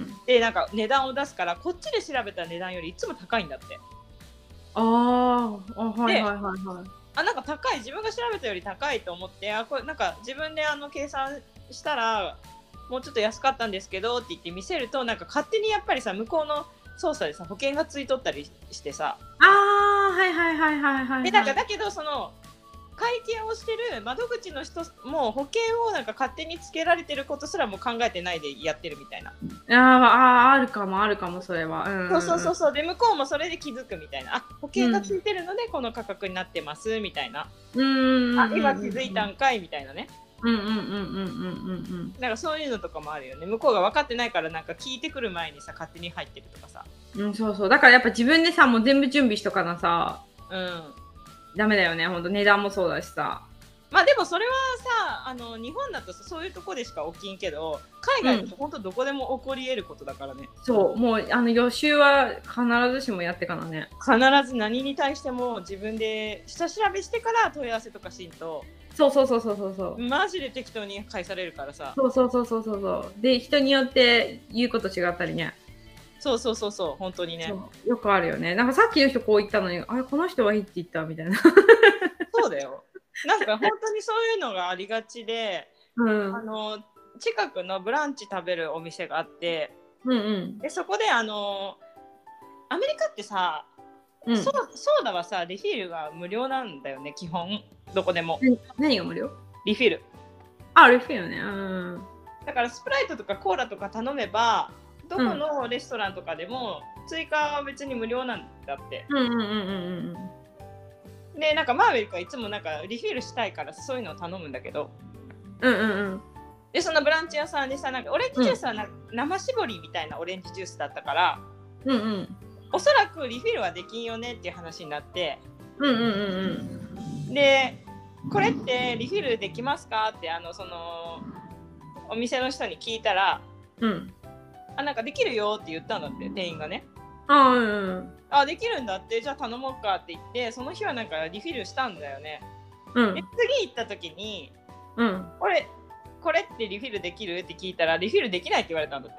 で、なんか値段を出すから、こっちで調べた値段よりいつも高いんだって。 あーあ、はいはいはいはい。 あ、なんか高い、自分が調べたより高いと思って、あ、これなんか自分であの計算したらもうちょっと安かったんですけどって言って見せると、なんか勝手にやっぱりさ、向こうの操作でさ保険がついとったりしてさ、 ああ、はいはいはいはいはい、はい。 でなんかだけどその会計をしてる窓口の人も保険をなんか勝手につけられてることすらも考えてないでやってるみたいな。 ああ、あるかもあるかもそれは。うんうんうん、 そうそうそうそう。で向こうもそれで気づくみたいな。あ、保険がついてるのでこの価格になってますみたいな。 うんうんうん、 あ、今気づいたんかいみたいなね。 うんうんうんうんうんうん。 なんかそういうのとかもあるよね。向こうが分かってないからなんか聞いてくる前にさ勝手に入ってるとかさ。 うん、そうそう。だからやっぱ自分でさ、もう全部準備しとかなさ、 うん。 ダメだよね。ほんと値段もそうだしさ。 まあでもそれはさ、あの日本だとそういうとこでしか起きんけど、海外だと本当どこでも起こり得ることだからね。 うん、そう、もうあの予習は必ずしもやってかなね。 必ず何に対しても自分で下調べしてから問い合わせとかしんと。 そうそうそうそうそうそう。 マジで適当に返されるからさ。 そうそうそうそうそうそう。で人によって言うこと違ったりね。 そうそうそうそう、本当にね。 よくあるよね。なんかさっきの人こう言ったのに、あれこの人はいいって言ったみたいな。 そうだよ。なんか本当にそういうのがありがちで、うん、あの近くのブランチ食べるお店があって、 うんうん、 でそこであのアメリカってさ、うん、ソ, ソーダはさリフィルが無料なんだよね、基本どこでも。 何が無料？ リフィル。 あ、リフィルね。うん。 だからスプライトとかコーラとか頼めばどこのレストランとかでも追加は別に無料なんだって。 うんうんうんうんうん。でなんかマーベリックはいつもなんかリフィルしたいからそういうのを頼むんだけど。 うんうんうん。 でそのブランチ屋さんでさなんかオレンジジュースはな、うん、生搾りみたいなオレンジジュースだったから、 うんうん、 おそらくリフィルはできんよねっていう話になって、 うんうんうんうん、 でこれってリフィルできますかってあのそのお店の人に聞いたら、 うん、 あなんかできるよって言ったんだって店員がね。 あ、うんうん、 あできるんだってじゃあ頼もうかって言ってその日はなんかリフィルしたんだよね。 うん、 で次行った時に、 うん、 これこれってリフィルできるって聞いたらリフィルできないって言われたんだって。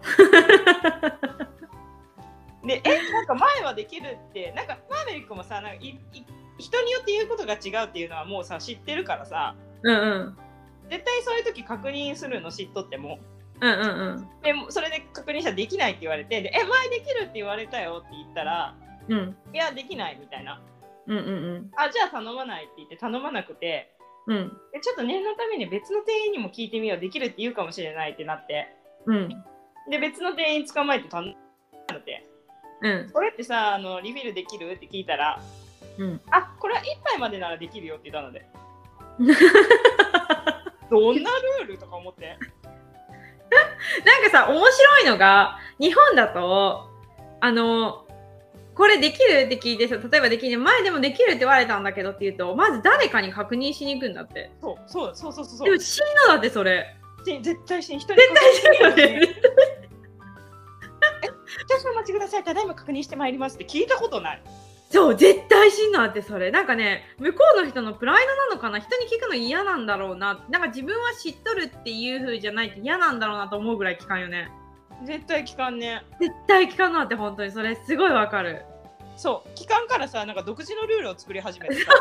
でえなんか前はできるってなんかマーベリックもさなんかいい人によって言うことが違うっていうのはもうさ知ってるからさ、 うんうん、 絶対そういう時確認するの知っとっても、 うんうんうん、 でそれで確認したらできないって言われてでえ前できるって言われたよって言ったら、 うん、 いやできないみたいな、 うんうんうん、 あじゃあ頼まないって言って頼まなくて、 うん、 でちょっと念のために別の店員にも聞いてみようできるって言うかもしれないってなって、 うん、 で別の店員捕まえて頼んだって、うん、これってさあのリフィルできるって聞いたら、うん、あこれはいっぱいまでならできるよって言ったのでどんなルールとか思ってなんかさ面白いのが日本だとあのこれできるって聞いてさ例えばできる前でもできるって言われたんだけどって言うとまず誰かに確認しに行くんだって。 そうそうそうそうそう。 でも死んだだってそれ絶対死ん人に絶対死んだね。 少々お待ちくださいただいま確認してまいりますって聞いたことない。 そう絶対死んだってそれなんかね向こうの人のプライドなのかな人に聞くの嫌なんだろうななんか自分は知っとるっていう風じゃないと嫌なんだろうなと思うぐらい聞かんよね。 絶対聞かんね。 絶対聞かんなって本当にそれすごいわかる。 そう聞かんからさなんか独自のルールを作り始めてさ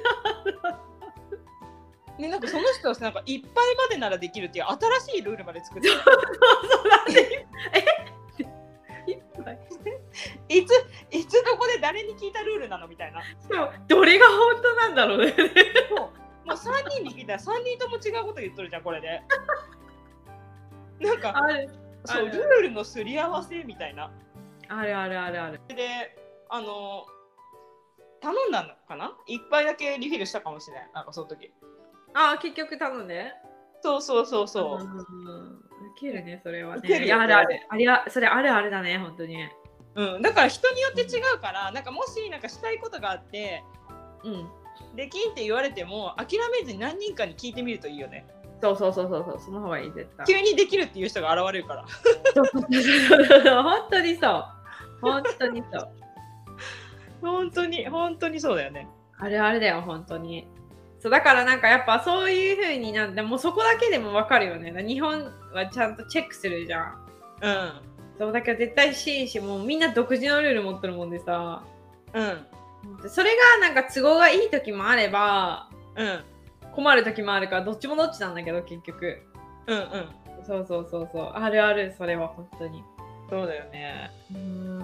ね、なんかその人はさなんかいっぱいまでならできるっていう新しいルールまで作ってる。そうそうなんでえいついつどこで誰に聞いたルールなのみたいな。 そうどれが本当なんだろうね。 そうもうさんにんに聞いたらさんにんとも違うこと言っとるじゃんこれで。なんかあるそうルールのすり合わせみたいな。 あるあるあるある。 であの頼んだのかな一杯だけリフィルしたかもしれないなんかその時。 ああ結局頼んで。 そうそうそうそう。 ウケるねそれはね。いやあるあるありゃそれあるあるだね本当に。 うん、だから人によって違うからなんかもしなんかしたいことがあって、うん、できんって言われても諦めずに何人かに聞いてみるといいよね。 そうそうそうそうそうその方がいい絶対。 急にできるっていう人が現れるから。 本当にそう本当にそう。 本当に本当にそうだよね。 あれあれだよ本当に。そうだからなんかやっぱそういう風になってもうそこだけでも分かるよね。日本はちゃんとチェックするじゃん。うん。そうだけど絶対しいしもうみんな独自のルール持ってるもんでさ。うん。それがなんか都合がいい時もあれば、うん。困る時もあるからどっちもどっちなんだけど結局。うんうん。そうそうそうそうあるあるそれは本当に。 そうだよね。 うん。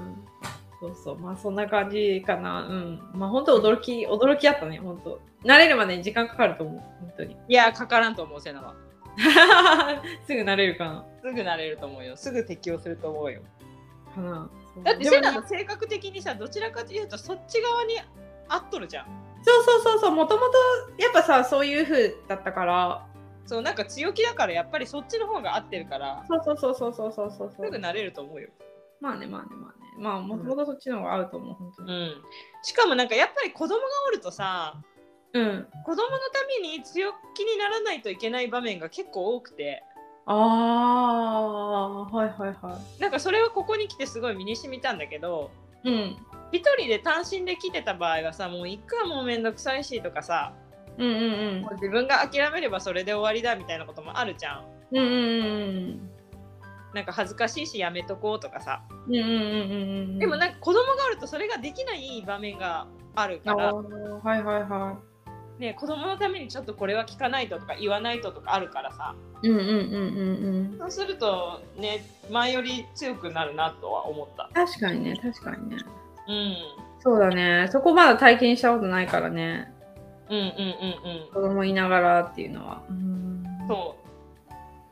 そうそうまあそんな感じかな。うんまあ本当驚き驚きあったね本当。慣れるまでに時間かかると思う本当に。 いやかからんと思うセナは。 すぐ慣れるかな。 すぐ慣れると思うよ。すぐ適応すると思うよ。 かな。 だってセナの性格的にさどちらかというとそっち側に合っとるじゃん。 そうそうそうそうもともとやっぱさそういう風だったから。 そうなんか強気だからやっぱりそっちの方が合ってるから。 そうそうそうそうそうそうそうすぐ慣れると思うよ。 まあねまあねまあねまあもともとそっちの方が合うと思う本当に、 うん、しかもなんかやっぱり子供がおるとさ、うん、子供のために強気にならないといけない場面が結構多くてああはいはいはいなんかそれはここに来てすごい身に染みたんだけど、うん、一人で単身で来てた場合はさもういっかもうめんどくさいしとかさ、うんうんうん、もう自分が諦めればそれで終わりだみたいなこともあるじゃん。うんうんうんなんか恥ずかしいしやめとこうとかさ、うんうんうんうん、でもなんか子供がおるとそれができない場面があるからはいはいはい、 ね、子供のためにちょっとこれは聞かないととか言わないととかあるからさ、 うんうんうんうんうんそうするとね前より強くなるなとは思った。 確かにね確かにねうんそうだねそこまだ体験したことないからねうんうんうんうん子供いながらっていうのはうんそう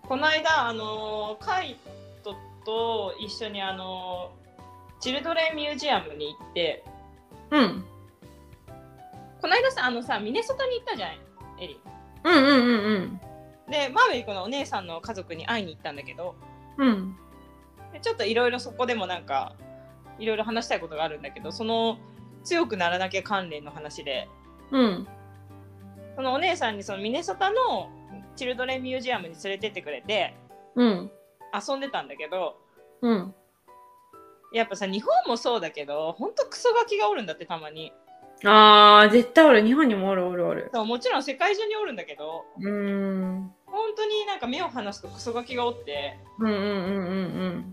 この間あのカイトと一緒にあのチルドレンミュージアムに行って、 うん。 この間さあのさミネソタに行ったじゃんエリ。 うんうんうんうん。 でマーベリックのお姉さんの家族に会いに行ったんだけど、 うん。 でちょっといろいろそこでもなんかいろいろ話したいことがあるんだけど、その強くならなきゃ関連の話で、 うん。 そのお姉さんにそのミネソタのチルドレンミュージアムに連れてってくれて、 うん。 遊んでたんだけど、 うん。 やっぱさ日本もそうだけどほんとクソガキがおるんだってたまに。 あー、絶対おる。日本にもおるおるおる。 そうもちろん世界中におるんだけど、 うーん。 本当になんか目を離すとクソガキがおって、 うんうんうんうんうん。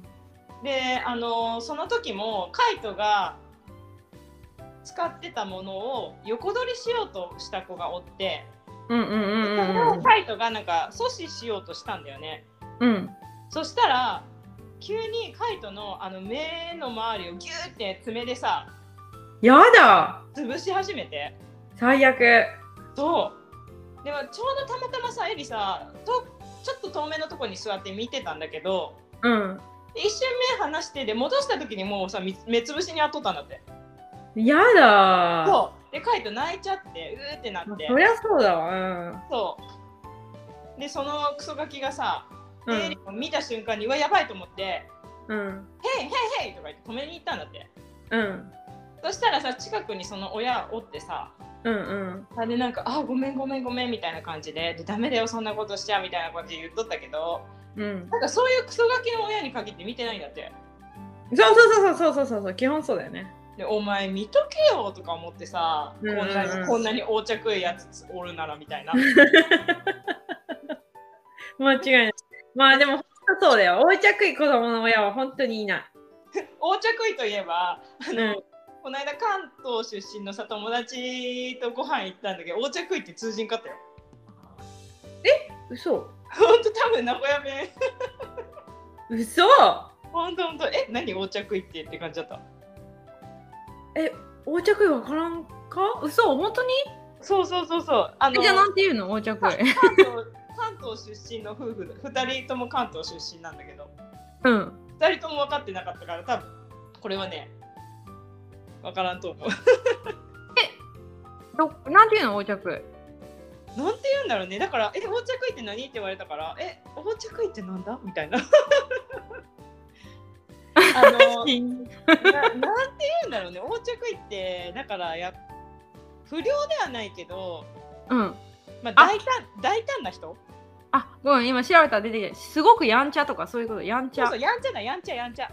であのその時もカイトが使ってたものを横取りしようとした子がおって、 うんうんうんうんうん。 カイトがなんか阻止しようとしたんだよね。 うん。 そしたら急にカイトのあの目の周りをギューって爪でさやだ潰し始めて。 最悪。 そうでもちょうどたまたまさエリさとちょっと遠目のとこに座って見てたんだけど、 うん。 一瞬目離してで戻した時にもうさ目つぶしにあっとったんだって。 やだー。 そうでカイト泣いちゃってうーってなって。 そりゃそうだわ。うん。 そうでそのクソガキがさ、 うん、 エリを見た瞬間にうわやばいと思って 「うん、 ヘイヘイヘイ!」とか言って止めに行ったんだって。 うん。 そしたらさ近くにその親おってさ、 うんうんあれなんかあごめんごめんごめんみたいな感じで、でダメだよそんなことしちゃうみたいな感じで言っとったけど、 うん。 なんかそういうクソガキの親に限って見てないんだって。 そうそうそうそうそうそうそう、基本そうだよね。 でお前見とけよとか思ってさ、 うんうんうん、 こんなにこんなに横着いやつおるならみたいな。 間違いない。まあでも本当そうだよ。横着い子供の親は本当にいない。 横着いといえばあの、 うん、 この間関東出身のさ友達とご飯行ったんだけど横着いって通じんかったよ。 え嘘ほんと多分名古屋弁。 嘘ほんとほんとえ何横着いってって感じだった。 え横着いわからんか嘘本当に。 そうそうそうそうあのじゃあなんて言うの横着い。 関東関東出身の夫婦ふたりとも関東出身なんだけど、 うん、 ふたりとも分かってなかったから多分これはね分からんと思う。 えどなんて言うの横着い。 なんて言うんだろうね。だから「え横着いって何?」って言われたから「え横着いってなんだ?」みたいな。あのななんて言うんだろうね。横着いってだからや不良ではないけど、 うん、 まあ、大胆大胆な人。 あ、ごめん今調べたら出てきてすごくやんちゃとかそういうこと。やんちゃ。 そうそうやんちゃだやんちゃやんちゃ。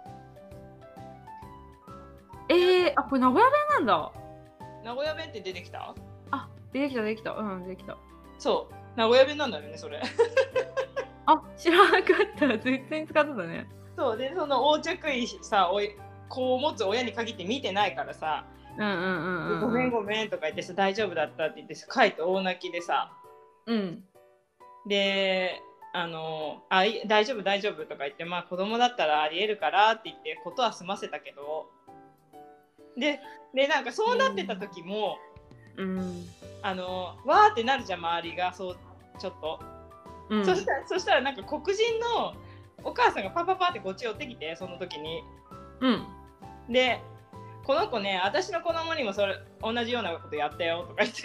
えー、あこれ名古屋弁なんだ。 名古屋弁って出てきた？ あ出てきた出てきたうん出てきた。 そう名古屋弁なんだよねそれ。 あ知らなかった全然使ってたね。 そうでその横着いさおい子を持つ親に限って見てないからさうんうんうんうん、 ごめんごめんとか言ってさ大丈夫だったって言ってさカイト大泣きでさ、 うん、 であのあい大丈夫大丈夫とか言ってまあ子供だったらありえるからって言ってことは済ませたけど、ででなんかそうなってた時も、 うん、 あのわーってなるじゃん周りがそうちょっと、うん、そしたらそしたらなんか黒人のお母さんがパパパってこっち寄ってきてその時に、 うん、 でこの子ね私の子供にもそれ同じようなことやったよとか言って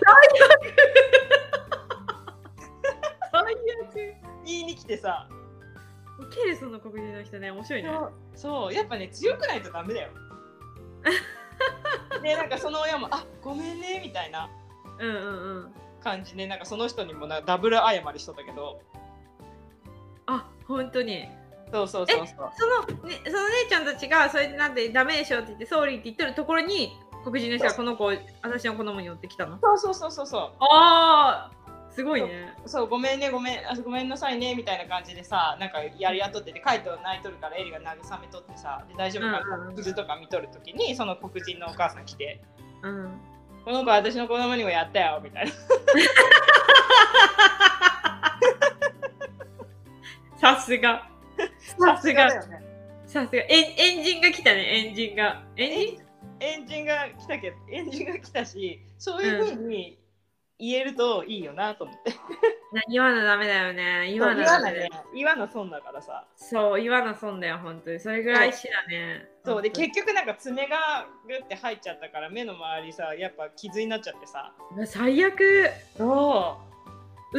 最悪言いに来てさ、 ウケるその黒人の人ね面白いね。 そう、そうやっぱね強くないとダメだよ。でなんかその親もあごめんねみたいな感じでなんかその人にもなダブル謝りしとったけど。 あ本当に。 そうそうそうそう。 その、ね、その姉ちゃんたちがそれでなんでダメでしょって言ってソーリーって言ってるところに黒人の人がこの子私の子供に寄ってきたの。 そうそうそうそうそう。 ああすごいね。 そう、そうごめんねごめんあごめんなさいねみたいな感じでさなんかやりやっとっててカイト泣いとるからエリが慰めとってさで大丈夫かな傷とか見とるときにその黒人のお母さん来て、うん、この子私の子供にもやったよみたいな。 さすがさすがさすがエンジンが来たねエンジンがエンジンエンジンが来たけどエンジンが来たしそういう風に言えるといいよなと思って。 な言わなダメだよね。言わな言わなね、言わな損だからさ。 そう、言わな損だよ、本当に。それぐらいしだね。 そうで、結局なんか爪がグッて入っちゃったから、目の周りさ、やっぱ傷になっちゃってさ。 最悪。 そう。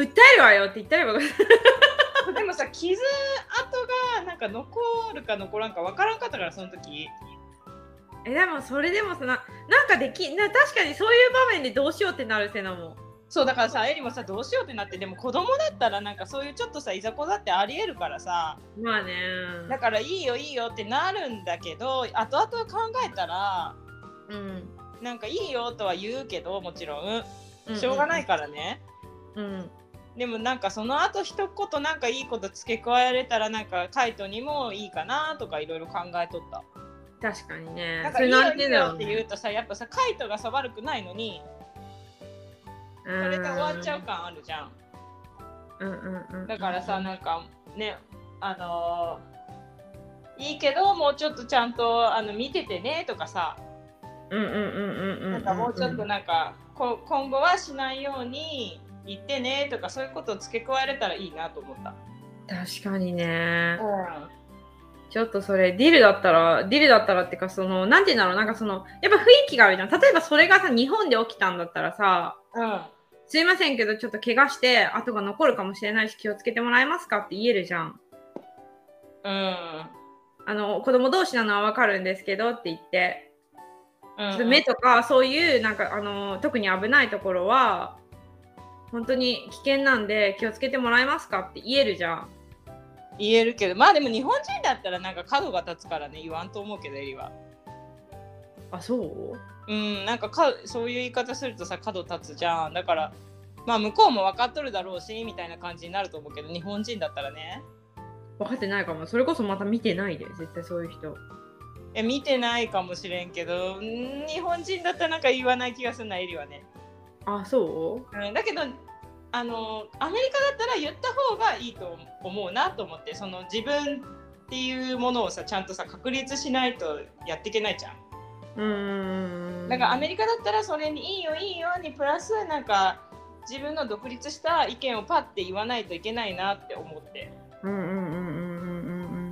訴えるわよって言ったらば。 でもさ、傷跡がなんか残るか残らんかわからんかったから、その時。 え、でもそれでもさ、な、なんかできな、確かにそういう場面でどうしようってなるせなも。 そうだからさ、エリもさ、どうしようってなって、でも子供だったらなんかそういうちょっとさ、いざこざってありえるからさ。 まあね。 だからいいよいいよってなるんだけど、後々考えたら、 うん、 なんかいいよとは言うけど、もちろんしょうがないからね。 うん、うん、 でもなんかその後一言なんかいいこと付け加えれたら、なんかカイトにもいいかなとかいろいろ考えとった。 確かにね。 なんかいいよいいよって言うとさ、やっぱさ、カイトがさ悪くないのにそれで終わっちゃう感あるじゃん。 うんうんうん、 だからさ、なんかね、あのー、いいけどもうちょっとちゃんとあの見ててねとかさ、 うんうんうんうんうん、 なんかもうちょっとなんかこ今後はしないように言ってねとか、そういうことを付け加えれたらいいなと思った。 確かにね、 うん、ちょっとそれディルだったらディルだったらっていうか、そのなんていうんだろう、なんかそのやっぱ雰囲気があるじゃん。例えばそれがさ日本で起きたんだったらさ、 うん、 すいませんけどちょっと怪我して跡が残るかもしれないし気をつけてもらえますかって言えるじゃん。 うん、 あの子供同士なのはわかるんですけどって言って、 うん、 目とかそういうなんかあの特に危ないところは本当に危険なんで気をつけてもらえますかって言えるじゃん。 言えるけど、まあでも日本人だったらなんか角が立つからね、言わんと思うけど、エリは。 あ、そううん、なんかかそういう言い方するとさ、角立つじゃん。だからまあ向こうも分かっとるだろうしみたいな感じになると思うけど、日本人だったらね。 分かってないかも。それこそまた見てないで、絶対そういう人。 え、見てないかもしれんけど、ん日本人だったらなんか言わない気がするな、エリはね。 あ、そう、 うん、だけどあのアメリカだったら言った方がいいと思うなと思って、その自分っていうものをさちゃんとさ確立しないとやっていけないじゃん。 うーん。 だからアメリカだったらそれにいいよいいよにプラスなんか自分の独立した意見をパッて言わないといけないなって思って。 うんうんうんうんうんうん。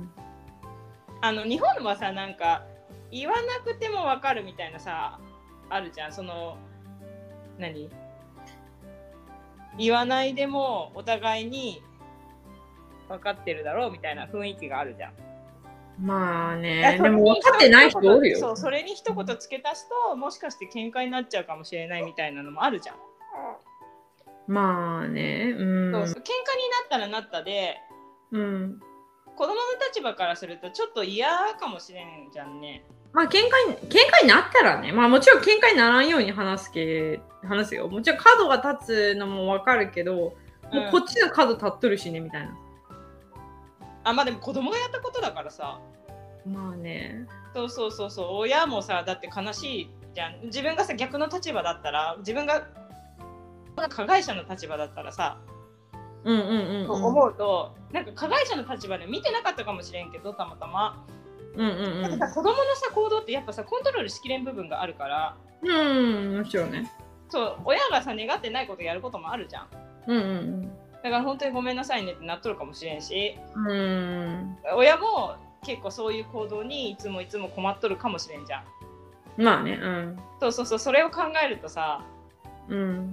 あの日本はさ、なんか言わなくても分かるみたいなさあるじゃん。その何言わないでもお互いに分かってるだろうみたいな雰囲気があるじゃん。 まあね、でも分かってない人おるよ。 そう、それに一言付け足すともしかして喧嘩になっちゃうかもしれないみたいなのもあるじゃん。 まあね、うん。 そうそう、喧嘩になったらなったで、 うん、 子供の立場からするとちょっと嫌かもしれんじゃんね。 まあ喧嘩に喧嘩になったらね、まあもちろん喧嘩にならんように話すけ話すよ。もちろん角が立つのもわかるけど、もうこっちの角立っとるしねみたいな。 あ、まあでも子供がやったことだからさ。 まあね。 そうそうそうそう、親もさだって悲しいじゃん。自分がさ逆の立場だったら、自分が加害者の立場だったらさ、 うんうんうん、うん、 思うとなんか加害者の立場で見てなかったかもしれんけど、たまたま。 うんうんうん。 だから子供のさ行動ってやっぱさコントロールしきれん部分があるから。 うん、もちろんね。 そう親がさ願ってないことやることもあるじゃん。 うんうんうん。 だから本当にごめんなさいねってなっとるかもしれんし、 うん、 親も結構そういう行動にいつもいつも困っとるかもしれんじゃん。 まあね、うん。 そうそうそう、それを考えるとさ、 うん、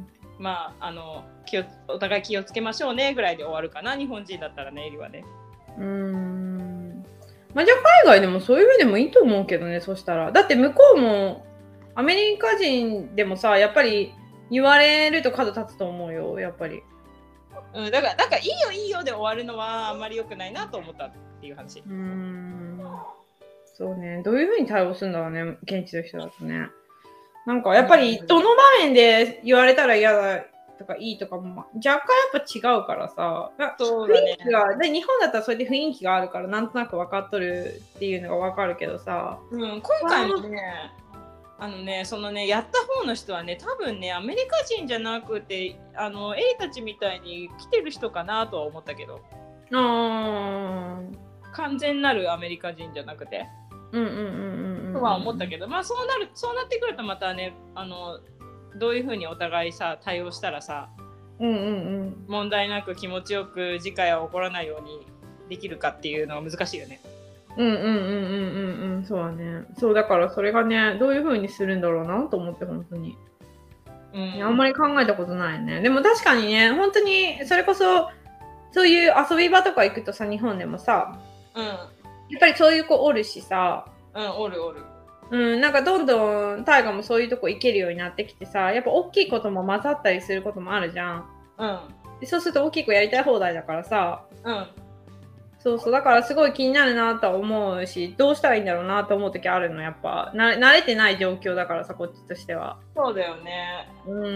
まああの気をお互い気をつけましょうねぐらいで終わるかな、日本人だったらね、エリはね。 うーん。まあじゃあ海外でもそういう意味でもいいと思うけどね、そしたら。だって向こうもアメリカ人でもさ、やっぱり言われると角立つと思うよ、やっぱり。 うん、だからなんかいいよいいよで終わるのはあんまり良くないなと思ったっていう話。 うーん。そうね。どういうふうに対応するんだろうね、現地の人だとね。なんかやっぱりどの場面で言われたら嫌だとかいいとかも若干やっぱ違うからさ。 そうだね。 雰囲気がで日本だったらそれで雰囲気があるからなんとなく分かっとるっていうのが分かるけどさ。 うん、今回もね、あのね、そのね、やった方の人はね、多分ね、アメリカ人じゃなくて、あの、エリたちみたいに来てる人かなとは思ったけど。 あー完全なるアメリカ人じゃなくて。 うんうんうんうんうん。 とは思ったけど、まあそうなる、そうなってくるとまたね、あの、どういうふうにお互いさ、対応したらさ、 うんうんうん。 問題なく気持ちよく次回は起こらないようにできるかっていうのは難しいよね。 うんうんうんうんうんうん、そうだね。そうだからそれがね、どういう風にするんだろうなと思って本当に。 うん、 いやあんまり考えたことないね。でも確かにね、本当にそれこそそういう遊び場とか行くとさ、日本でもさ、 うん、 やっぱりそういう子おるしさ、 うん、おるおる。 うん、なんかどんどん大河もそういうとこ行けるようになってきてさ、やっぱ大きいことも混ざったりすることもあるじゃん。 うん、 でそうすると大きい子やりたい放題だからさ、 うん。 そうそう、だからすごい気になるなとは思うし、どうしたらいいんだろうなと思う時あるの、やっぱ。な慣れてない状況だからさ、こっちとしては。 そうだよね。 うん。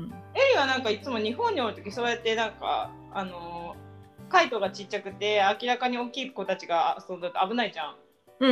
エリはなんかいつも日本におるときそうやってなんかあのー、カイトがちっちゃくて明らかに大きい子たちが遊んだと危ないじゃん。 うんうん。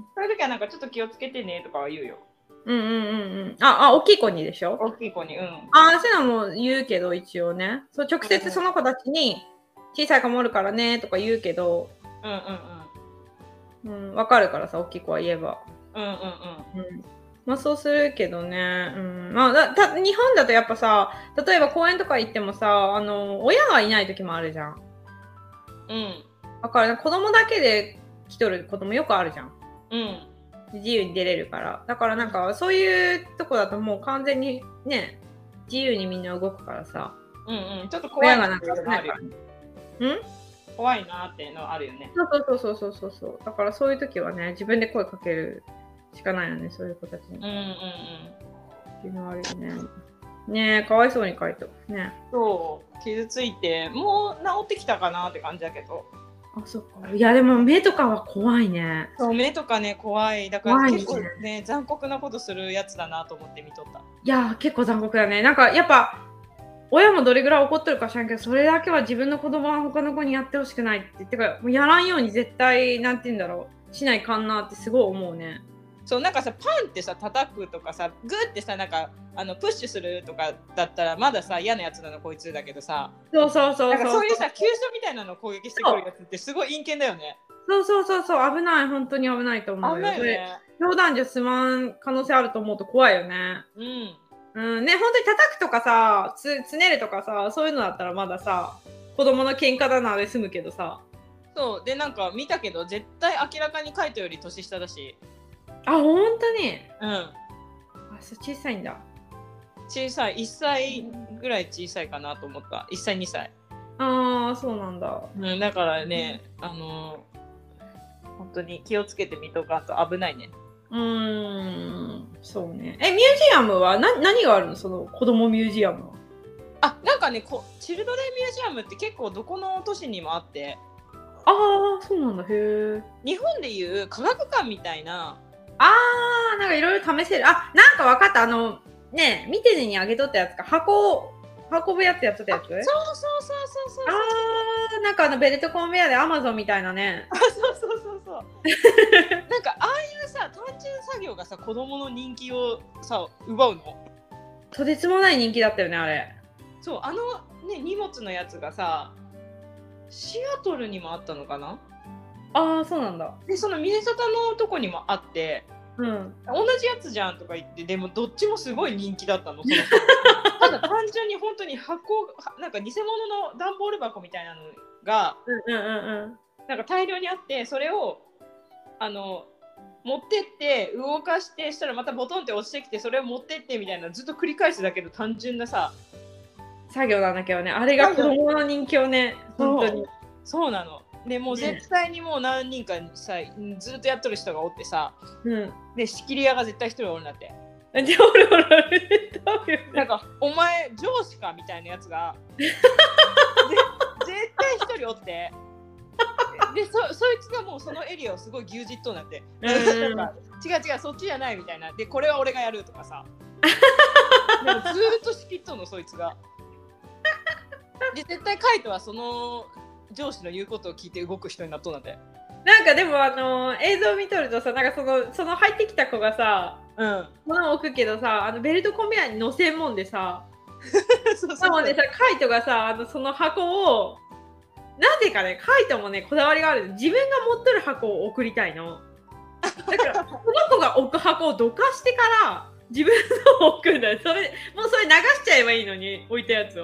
そういう時はなんかちょっと気をつけてねとかは言うよ。 うんうんうんうん。あ、あ、大きい子にでしょ？ 大きい子に。うん。 ああ、そういうのも言うけど、一応ね。そう、直接その子たちに、小さい子もおるからねとか言うけど、 うんうんうん、わかるからさ、大きい子は言えば。 うん。うんうんうん。 うん。まあそうするけどね。うん。まあだた、日本だとやっぱさ、例えば公園とか行ってもさ、あの、親がいない時もあるじゃん。 うん。 だから子供だけで来とることもよくあるじゃん。 うん。 自由に出れるから。だからなんかそういうとこだともう完全にね、自由にみんな動くからさ。 うんうん。ちょっと怖いなっていうのもあるよ。 うん？ 怖いなっていうのはあるよね。 そうそうそうそうそう。だからそういう時はね、自分で声かけるしかないよね、そういう子たちに。 うんうんうん。 っていうのはあるよね。ねえ、かわいそうに書いと。ね。 そう、傷ついて、もう治ってきたかなって感じだけど。 あ、そっか。いや、でも目とかは怖いね。 そう、目とかね、怖い。だから結構ね、残酷なことするやつだなと思って見とった。 いや、結構残酷だね。なんかやっぱ、親もどれぐらい怒ってるか知らんけど、それだけは自分の子供は他の子にやってほしくないって言ってか、もうやらんように絶対、なんて言うんだろう、しないかんなってすごい思うね。 そうなんかさ、パンってさ叩くとかさ、グーってさ、なんかあのプッシュするとかだったらまださ嫌なやつなのこいつだけどさ、 そうそうそうそう、 なんかそういうさ急所みたいなのを攻撃してくるやつってすごい陰険だよね。 そうそうそうそう、危ない、本当に危ないと思うよ。 危ないよね。 冗談じゃ済まん可能性あると思うと怖いよね。 うん。 うんね、本当に叩くとかさ、つつねるとかさ、そういうのだったらまださ、子供の喧嘩だなで済むけどさ。 そうでなんか見たけど絶対明らかにカイトより年下だし。 あ、本当に。 うん。 あ、そう小さいんだ。 小さい、いっさいぐらい小さいかなと思った。いっさいにさい。 ああ、そうなんだ。 うん、だからね、あのー、本当に気をつけてみとかと危ないね。 うーん、そうね。え、ミュージアムはな何があるの？その子供ミュージアムは。 あ、なんかねこ、チルドレンミュージアムって結構どこの都市にもあって、 ああ、そうなんだ。へえ。 日本でいう科学館みたいな。 ああ、なんかいろいろ試せる。あ、なんかわかった。あの、ね、見てねにあげとったやつか。箱を運ぶやつやってたやつ？そうそうそうそうそうそう。 ああ、なんかあのベルトコンベヤでアマゾンみたいなね。 あ、そうそうそうそう。なんかああいうさ単純作業がさ子供の人気をさ奪うの。 とてつもない人気だったよね、あれ。 そう、あのね荷物のやつがさシアトルにもあったのかな。 ああ、そうなんだ。 でそのミネソタのとこにもあって、 うん。 同じやつじゃんとか言って、でもどっちもすごい人気だったの。そのただ単純に本当に箱なんか偽物の段ボール箱みたいなのが、 うんうんうんうん。 なんか大量にあって、それをあの持ってって動かしてしたらまたボトンって落ちてきて、それを持ってってみたいなずっと繰り返すだけど単純なさ作業なんだけどね、あれが子供の人気をね、本当に。 そうなの。でもう絶対にもう何人かさずっとやっとる人がおってさ、 うん。 で仕切り屋が絶対一人おるんだって。 で、おるおるおる。 なんかお前上司かみたいなやつが絶対一人おって、で そ, そいつがもうそのエリアをすごい牛耳っとんだって。なんか違う違うそっちじゃないみたいな。でこれは俺がやるとかさ。でもずっと仕切っとんのそいつが。で絶対カイトはその上司の言うことを聞いて動く人になっとんだって。 なんかでもあのー、映像見とるとさ、なんかそのその入ってきた子がさ、 うん、 物を置くけどさ、あのベルトコンベヤーに乗せんもんでさ、 そうそうそう。 なのでさ、カイトがさ、あのその箱をなぜかね、カイトもねこだわりがある。自分が持っとる箱を送りたいの。だからその子が置く箱をどかしてから自分のを置くんだよ。それもうそれ流しちゃえばいいのに、置いたやつを。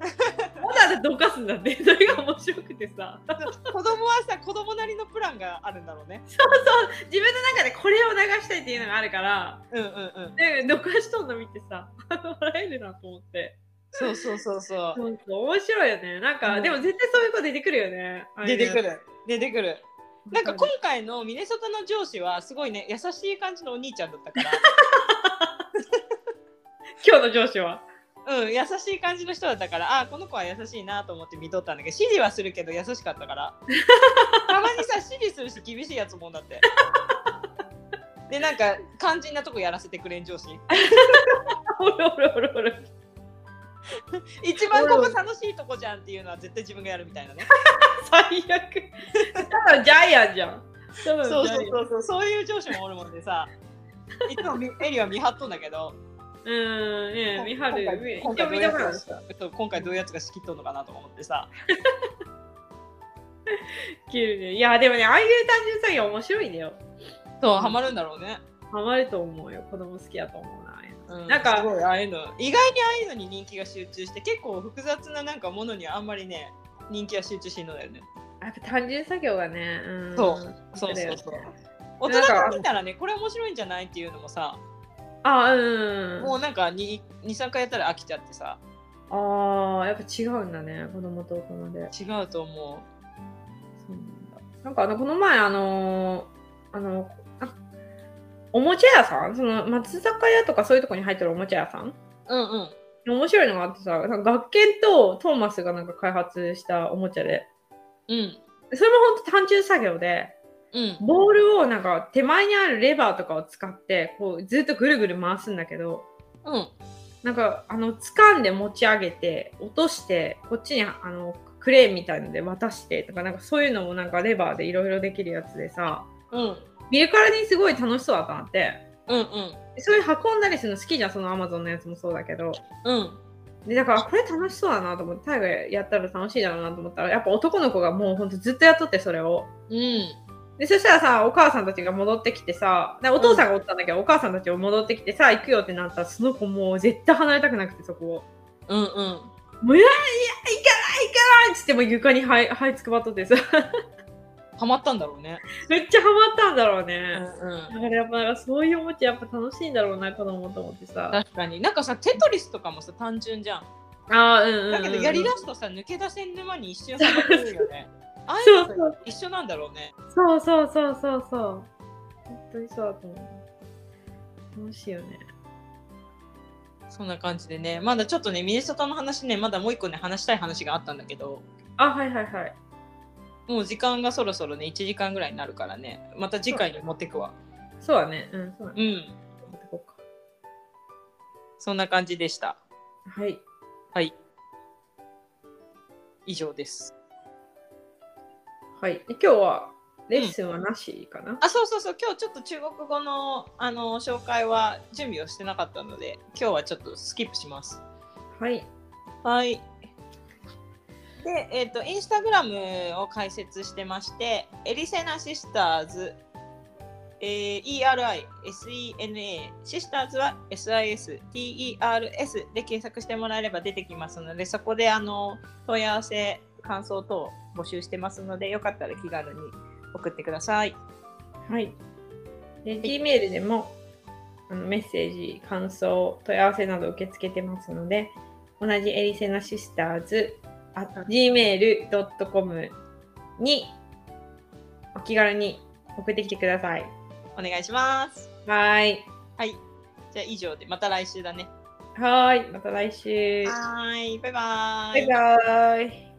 わざわざどかすんだって。それが面白くてさ。 子供はさ、子供なりのプランがあるんだろうね。 そうそう、自分の中でこれを流したいっていうのがあるから、 うんうんうん。 で、どかしとんの見てさ、笑えるなと思って。 そうそうそうそう。 そうそう、面白いよね。なんか、 うん、 でも絶対そういう子出てくるよね。 出てくる。出てくる。なんか今回のミネソタの上司はすごいね、優しい感じのお兄ちゃんだったから。 今日の上司はうん、優しい感じの人だったから、あ、この子は優しいなと思って見とったんだけど、指示はするけど優しかったから。たまにさ、指示するし厳しいやつもんだって。で、なんか肝心なとこやらせてくれん上司。 おるおるおるおる。 一番ここ楽しいとこじゃんっていうのは絶対自分がやるみたいなね。 最悪。ただジャイアンじゃん。 そうそうそうそう、そういう上司もおるもんでさ、いつもエリは見張っとんだけど。 うん、ね、見張る。 今回どういうやつが今回どういうやつが仕切っとんのかなと思ってさ。 いや、でもね、ああいう単純作業面白いんだよ。 そう、ハマるんだろうね。 ハマると思うよ。子供好きだと思うな。 うん、なんかすごいああいうの意外にああいうのに人気が集中して結構複雑ななんかものにあんまりね人気が集中しんのだよね。 やっぱ単純作業がね、うん、 そうそうそうそう。大人が見たらねこれ面白いんじゃないっていうのもさ、 あ、うん、 もうなんかに、さんかいやったら飽きちゃってさ。 ああ、やっぱ違うんだね、子供と大人で。 違うと思う。 そうなんだ。なんかあのこの前あのー、あのおもちゃ屋さん、その松坂屋とかそういうとこに入ってるおもちゃ屋さん、 うんうん、面白いのがあってさ、なんか学研とトーマスがなんか開発したおもちゃで、 うん、 それもほんと単純作業で、うん、ボールをなんか手前にあるレバーとかを使ってこうずっとぐるぐる回すんだけど、うん、なんかあの掴んで持ち上げて落としてこっちにあのクレーンみたいので渡してとか、なんかそういうのもなんかレバーでいろいろできるやつでさ、うん、見るからにすごい楽しそうだったなって、うんうん、そういう運んだりするの好きじゃん、そのアマゾンのやつもそうだけど、うん、でだからこれ楽しそうだなと思って、タイがやったら楽しいだろうなと思ったら、やっぱ男の子がもうほんとずっとやっとってそれを、うん、でそしたらさ、お母さんたちが戻ってきてさ、お父さんがおったんだけど、うん、お母さんたちが戻ってきてさ、行くよってなったら、その子もう絶対離れたくなくて、そこを、うんうん、もういやいや行かない行かないっつっても床に這いつくばっとってさハマったんだろうね。 めっちゃハマったんだろうね。うんうん、だからやっぱなんかそういうおもちゃやっぱ楽しいんだろうな、子供と思ってさ。 確かに。なんかさ、テトリスとかもさ、単純じゃん。 あ、うんうんうん、 だけどやりだすとさ、抜け出せん沼に一瞬ハマってるよね。ああいうのと一緒なんだろうね。 そうそうそうそうそう。本当にそうだと思う。楽しいよね。 そんな感じでね、まだちょっとね、ミネソタの話ね、まだもう一個ね、話したい話があったんだけど。 あ、はいはいはい。 もう時間がそろそろねいちじかんぐらいになるからね、また次回に持ってくわ。 そうだね。うん、そうだね。うん。持ってこうか。 そんな感じでした。 はい。 はい。以上です。 はい。今日はレッスンはなしかな、うん、 あ、そうそうそう。今日ちょっと中国語のあの紹介は準備をしてなかったので、今日はちょっとスキップします。 はい。 はい。で、えっと、インスタグラムを開設してまして、エリセナシスターズ、えー、イーアールアイエスイーエヌエー、シスターズは エスアイエスティーイーアールエス で検索してもらえれば出てきますので、そこであの問い合わせ、感想等募集してますので、よかったら気軽に送ってください。 はい。で、Gmail でもあのメッセージ、感想、問い合わせなど受け付けてますので、同じエリセナシスターズジーメールドットコム にお気軽に送ってきてください。 お願いします。 はい。 はい。じゃあ以上でまた来週だね。 はい。また来週。 はい。バイバーイ。 バイバーイ。